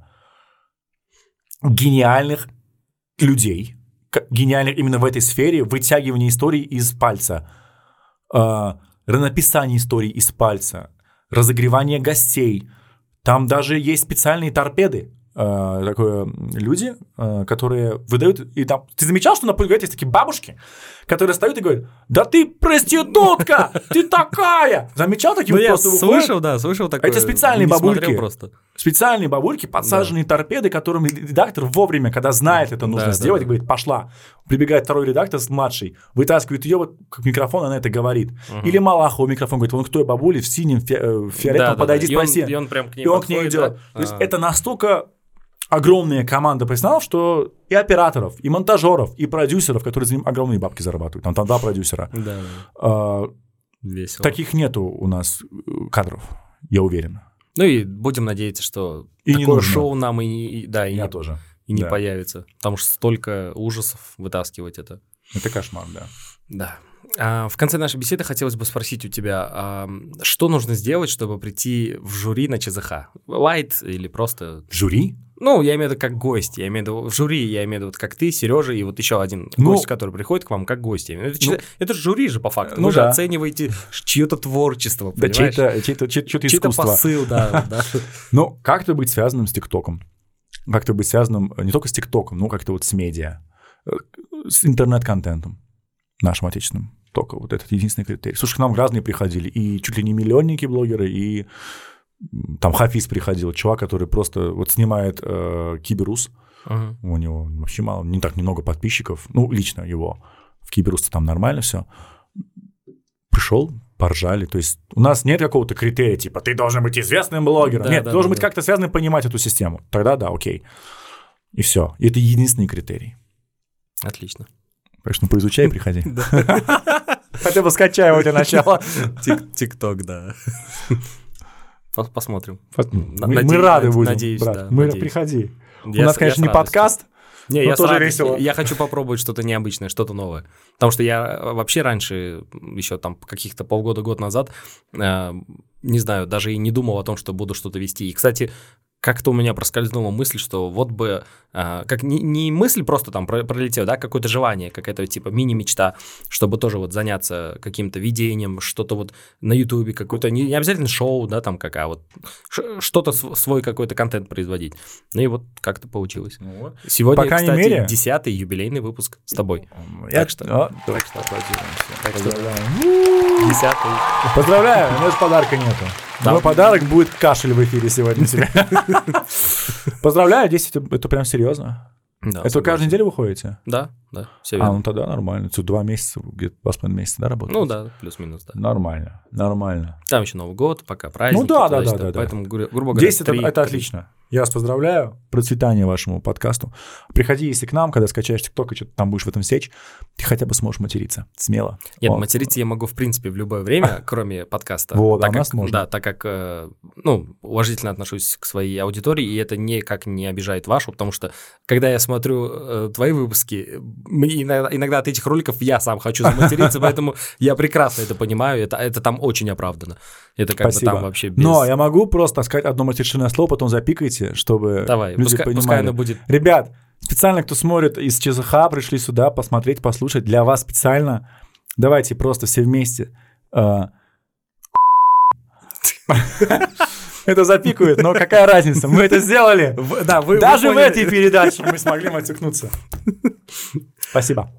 гениальных людей, гениальных именно в этой сфере, вытягивания историй из пальца, э, написание историй из пальца, разогревание гостей. Там даже есть специальные торпеды. Uh, такое, люди, uh, которые выдают... И там, ты замечал, что на «Пусть говорят» есть такие бабушки, которые встают и говорят: да ты проститутка, ты такая! Замечал такие
ну,
вопросы?
Я слышал, да, слышал такое.
Это специальные бабульки. Просто. Специальные бабульки, подсаженные да. торпеды, которым редактор вовремя, когда знает, это нужно да, сделать, да, да. говорит: пошла. Прибегает второй редактор с младшей, вытаскивает ее вот к микрофону, она это говорит. Угу. Или Малахову микрофон говорит: вон к той бабуле в синем, фи- фиолетовом, да, подойди, да, спроси.
И он, и он прям к ней
И он к ней идет. Да? То есть а. это настолько... огромная команда профессионалов, что и операторов, и монтажеров, и продюсеров, которые за ним огромные бабки зарабатывают. Там, там два продюсера.
Да,
а, весело. Таких нету у нас кадров, я уверен.
Ну и будем надеяться, что и такое шоу нам и, и, да, и,
я
не,
тоже.
и не
да.
появится. Потому что столько ужасов вытаскивать это.
Это кошмар, да.
Да. А, в конце нашей беседы хотелось бы спросить у тебя, а, что нужно сделать, чтобы прийти в жюри на ЧЗХ? Лайт или просто...
Жюри?
Ну, я имею в виду как гость, я имею в виду в жюри, я имею в виду вот как ты, Сережа, и вот еще один ну, гость, который приходит к вам как гость. Это, ну, это же жюри же по факту, ну, вы да. же оцениваете чье-то творчество, понимаешь? Да,
чье-то, чье-то, чье-то, чье-то
посыл, да.
Ну, как-то быть связанным с ТикТоком, как-то быть связанным не только с ТикТоком, но как-то вот с медиа, с интернет-контентом нашим отечественным. Только вот этот единственный критерий. Слушай, к нам разные приходили, и чуть ли не миллионники-блогеры, и там Хафиз приходил, чувак, который просто вот снимает э, Киберус, uh-huh. у него вообще мало, не так немного подписчиков, ну, лично его, в Киберус там нормально все. Пришел, поржали, то есть у нас нет какого-то критерия, типа, ты должен быть известным блогером, да, нет, да, ты должен да, быть да. как-то связанным, понимать эту систему, тогда да, окей. И все, и это единственный критерий.
Отлично.
Так что ну, поизучай и приходи. Хотя бы скачай его для начала.
ТикТок, да. Посмотрим.
Мы рады будем, брат. Мы приходи. У нас, конечно, не подкаст,
не,
но
я
тоже
сразу,
весело.
Я хочу попробовать что-то необычное, что-то новое. Потому что я вообще раньше, еще там каких-то полгода-год назад, э, не знаю, даже и не думал о том, что буду что-то вести. И, кстати, как-то у меня проскользнула мысль, что вот бы, а, как не, не мысль просто там пролетела, да, какое-то желание, какая-то типа мини-мечта, чтобы тоже вот заняться каким-то видением, что-то вот на Ютубе, какое-то, не, не обязательно шоу, да, там какая вот, что-то свой какой-то контент производить. Ну и вот как-то получилось. Ну, вот. Сегодня, по крайней кстати, мере, десятый юбилейный выпуск с тобой.
Я...
Так что...
О, так что
так что... Десятый.
Поздравляю, у нас подарка нету. Да. Мой подарок будет кашель в эфире сегодня тебе. Поздравляю, десять, это прям серьезно.
Да,
это вы каждую неделю выходите?
Да, да, все верно.
А, ну тогда нормально. Это два месяца, где-то два с половиной месяца, да, работаете?
Ну да, плюс-минус, да.
Нормально, нормально.
Там еще Новый год, пока праздники.
Ну да, да, да, да.
Поэтому,
да.
грубо говоря,
десять это, это отлично. Я вас поздравляю. Процветания вашему подкасту. Приходи, если к нам, когда скачаешь ТикТок и что-то там будешь в этом сечь, ты хотя бы сможешь материться. Смело.
Нет,
вот.
Материться я могу, в принципе, в любое время, кроме подкаста.
Вот,
так
а у нас
как,
можно.
Да, так как, ну, уважительно отношусь к своей аудитории, и это никак не обижает вашу, потому что, когда я смотрю э, твои выпуски, иногда, иногда от этих роликов я сам хочу заматериться, поэтому я прекрасно это понимаю, это, это там очень оправдано. Это как
Спасибо.
бы там вообще без...
Но я могу просто сказать одно матершинное слово, потом запикайте, чтобы
Давай,
люди
пускай,
понимали.
Пускай оно будет...
Ребят, специально, кто смотрит из ЧСХ, пришли сюда посмотреть, послушать, для вас специально, давайте просто все вместе. Это запикают, но какая разница, мы это сделали.
Да, вы,
Даже
вы
в этой передаче мы смогли матюкнуться. Спасибо.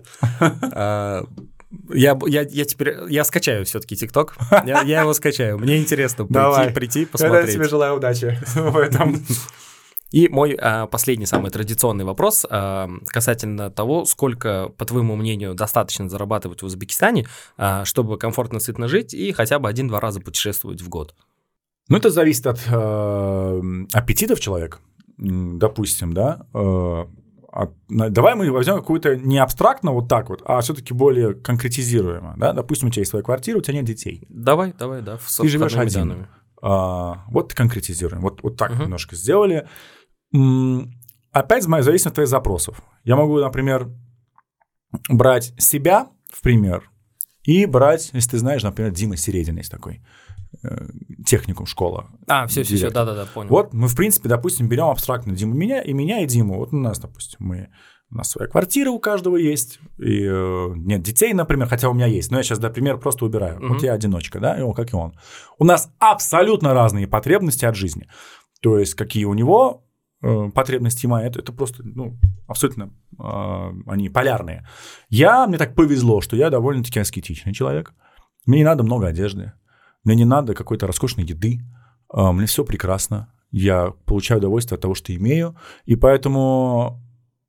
Я, я, я теперь, я скачаю все-таки ТикТок, я, я его скачаю, мне интересно прийти, прийти, посмотреть.
Я тебе желаю удачи в этом.
И мой а, последний, самый традиционный вопрос а, касательно того, сколько, по твоему мнению, достаточно зарабатывать в Узбекистане, а, чтобы комфортно, сытно жить и хотя бы один-два раза путешествовать в год?
Ну, это зависит от э, аппетитов человека, допустим, да. Э, от, давай мы возьмем какую-то не абстрактно вот так вот, а все-таки более конкретизируемо, да. Допустим, у тебя есть своя квартира, у тебя нет детей.
Давай, давай, да.
Ты живешь один. А, вот конкретизируем. Вот, вот так uh-huh. немножко сделали. М- опять зависит от твоих запросов. Я могу, например, брать себя в пример и брать, если ты знаешь, например, Дима Середин есть такой. Техникум, школа.
А, все, все, все, да-да-да, понял.
Вот мы, в принципе, допустим, берем абстрактно Диму, меня, и меня, и Диму. Вот у нас, допустим, мы, у нас своя квартира у каждого есть, и э, нет детей, например, хотя у меня есть, но я сейчас, например, просто убираю. Mm-hmm. Вот я одиночка, да, и он, как и он. У нас абсолютно разные потребности от жизни. То есть, какие у него э, потребности мои, это, это просто, ну, абсолютно э, они полярные. Я, мне так повезло, что я довольно-таки аскетичный человек. Мне не надо много одежды. Мне не надо какой-то роскошной еды, мне все прекрасно, я получаю удовольствие от того, что имею, и поэтому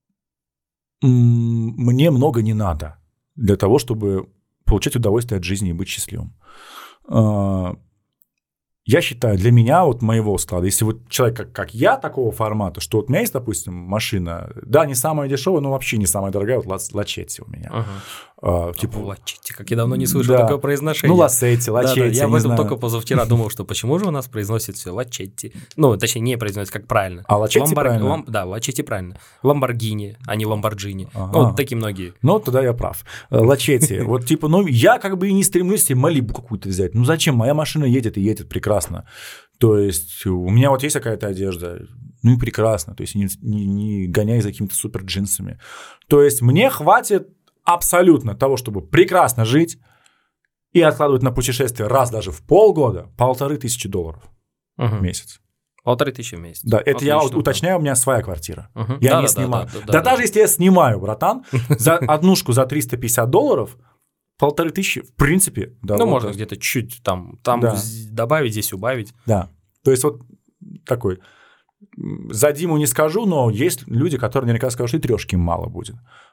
мне много не надо для того, чтобы получать удовольствие от жизни и быть счастливым. Я считаю, для меня, вот моего склада, если вот человек, как, как я, такого формата, что вот у меня есть, допустим, машина, да, не самая дешевая, но вообще не самая дорогая, вот Лачетти у меня.
Ага.
А, типа...
Лачетти, как я давно не слышал да. такое произношение.
Ну, Лассетти, Лачетти, да, да.
Я об этом
знаю.
только позавчера думал, что почему же у нас произносит все Лачетти. Ну, точнее, не произносит, как правильно.
А Лачетти
Ламбор...
правильно?
Лам... Да, Лачетти правильно. Ламборгини, а не Ламборджини.
Ага.
Ну, вот такие многие.
Ну, тогда я прав. Лачетти. Вот типа, ну, я как бы и не стремлюсь себе Малибу какую-то взять. Ну, зачем? Моя машина едет и едет прекрасно. То есть у меня вот есть какая-то одежда, ну и прекрасно, то есть не, не, не гоняй за какими-то супер джинсами. То есть мне хватит абсолютно того, чтобы прекрасно жить и откладывать на путешествие раз даже в полгода полторы тысячи долларов
угу.
в месяц.
Полторы тысячи в месяц.
Да, это
Отлично,
я
да.
уточняю, у меня своя квартира.
Угу.
Я
да,
не
да,
снимаю.
Да, да, да,
да,
да,
даже
да.
если я снимаю, братан, за однушку за триста пятьдесят долларов, полторы тысячи, в принципе, да.
Ну, можно где-то чуть там, там
да.
добавить, здесь убавить.
Да. То есть вот такой, за Диму не скажу, но есть люди, которые наверняка скажут, что и трешки им мало будет.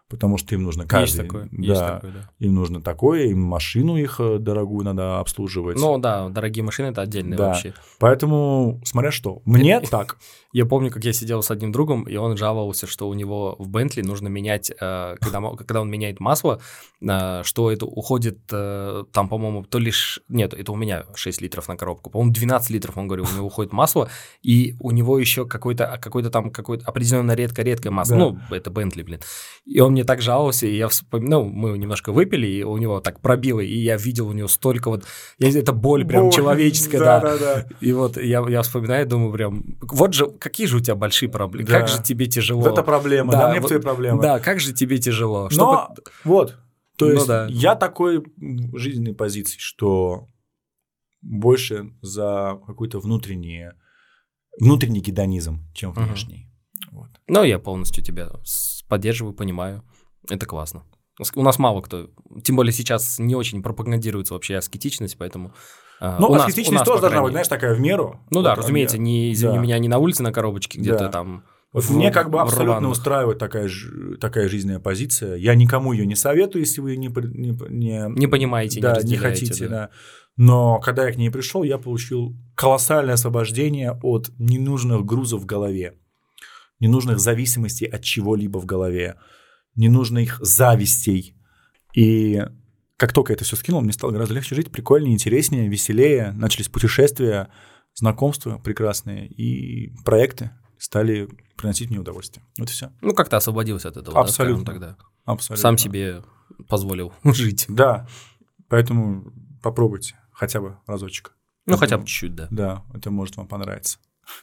потому что им нужно каждый.
Есть такое,
да,
есть такое, да.
Им нужно такое, им машину их дорогую надо обслуживать.
Ну да, дорогие машины – это отдельные
да.
вообще.
Поэтому, смотря что, мне так.
Я помню, как я сидел с одним другом, и он жаловался, что у него в Бентли нужно менять, когда, когда он меняет масло, что это уходит там, по-моему, то лишь... Нет, это у меня шесть литров на коробку. По-моему, двенадцать литров, он говорил, у него уходит масло, и у него еще какое-то, какое-то там какое-то определенно редко-редкое масло. Да. Ну, это Бентли, блин. И он мне так жаловался, и я вспоминал, ну, мы немножко выпили, и у него так пробило, и я видел у него столько вот... Это боль прям боль, человеческая, да. да. да, да. И вот я, я вспоминаю, думаю, прям... Вот же, какие же у тебя большие проблемы, да. Как же тебе тяжело.
Вот это проблема, да, да мне вот, твои проблемы.
Да, как же тебе тяжело.
Чтобы... Но, вот, то есть
ну, да.
я такой жизненной позиции, что больше за какой-то внутренний, внутренний гедонизм, чем внешний.
Угу. Вот. Ну, я полностью тебя поддерживаю, понимаю. Это классно. У нас мало кто, тем более сейчас не очень пропагандируется вообще аскетичность, поэтому...
Ну, аскетичность тоже должна быть, знаешь, такая в меру.
Ну вот, да, разумеется, не, извини да. меня, не на улице на коробочке где-то да. там...
Вот в, мне как бы абсолютно рваных. устраивает такая, такая жизненная позиция. Я никому ее не советую, если вы не... Не, не,
не понимаете,
да,
не,
не хотите. Да. Да. Но когда я к ней пришел, я получил колоссальное освобождение от ненужных грузов в голове, ненужных зависимостей от чего-либо в голове, ненужных завистей. И как только это все скинул, мне стало гораздо легче жить, прикольнее, интереснее, веселее. Начались путешествия, знакомства прекрасные, и проекты стали приносить мне удовольствие. Вот и все.
Ну, как ты освободился от этого,
абсолютно,
да, тогда?
Абсолютно.
Сам себе позволил жить.
Да, поэтому попробуйте хотя бы разочек.
Ну, это, хотя бы чуть-чуть, да.
Да, это может вам понравиться.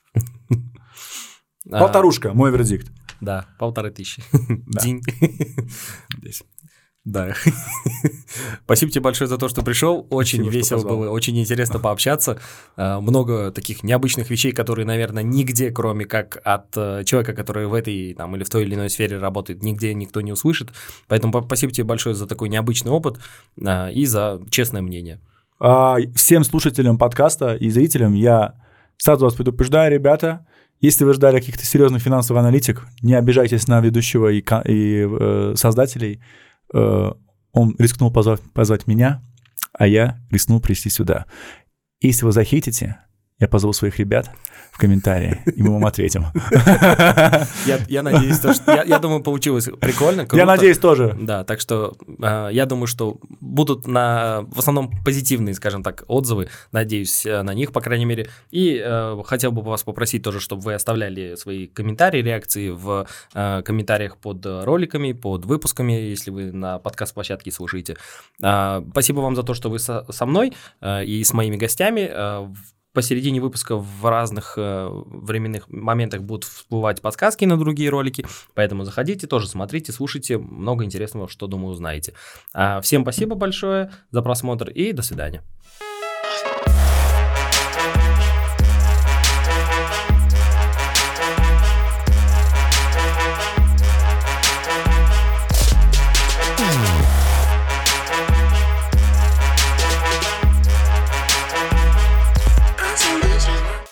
Полторушка, мой вердикт.
Да, полторы тысячи. День. Здесь. Да. Спасибо тебе большое за то, что пришел. Очень Спасибо, весело было, очень интересно пообщаться. Много таких необычных вещей, которые, наверное, нигде, кроме как от человека, который в этой там, или в той или иной сфере работает, нигде никто не услышит. Поэтому спасибо тебе большое за такой необычный опыт и за честное мнение.
Всем слушателям подкаста и зрителям я сразу вас предупреждаю, ребята, если вы ждали каких-то серьезных финансовых аналитик, не обижайтесь на ведущего и, и э, создателей. Он рискнул позвать, позвать меня, а я рискнул прийти сюда. Если вы захейтите, я позову своих ребят в комментарии, и мы вам ответим.
Я, я надеюсь, то, что... Я, я думаю, получилось прикольно, круто.
Я надеюсь тоже.
Да, так что э, я думаю, что будут на, в основном позитивные, скажем так, отзывы, надеюсь, на них, по крайней мере. И э, хотел бы вас попросить тоже, чтобы вы оставляли свои комментарии, реакции в э, комментариях под роликами, под выпусками, если вы на подкаст-площадке слушаете. Э, спасибо вам за то, что вы со, со мной э, и с моими гостями. Э, Посередине выпуска в разных э, временных моментах будут всплывать подсказки на другие ролики, поэтому заходите, тоже смотрите, слушайте, много интересного, что, думаю, узнаете. А всем спасибо большое за просмотр и до свидания.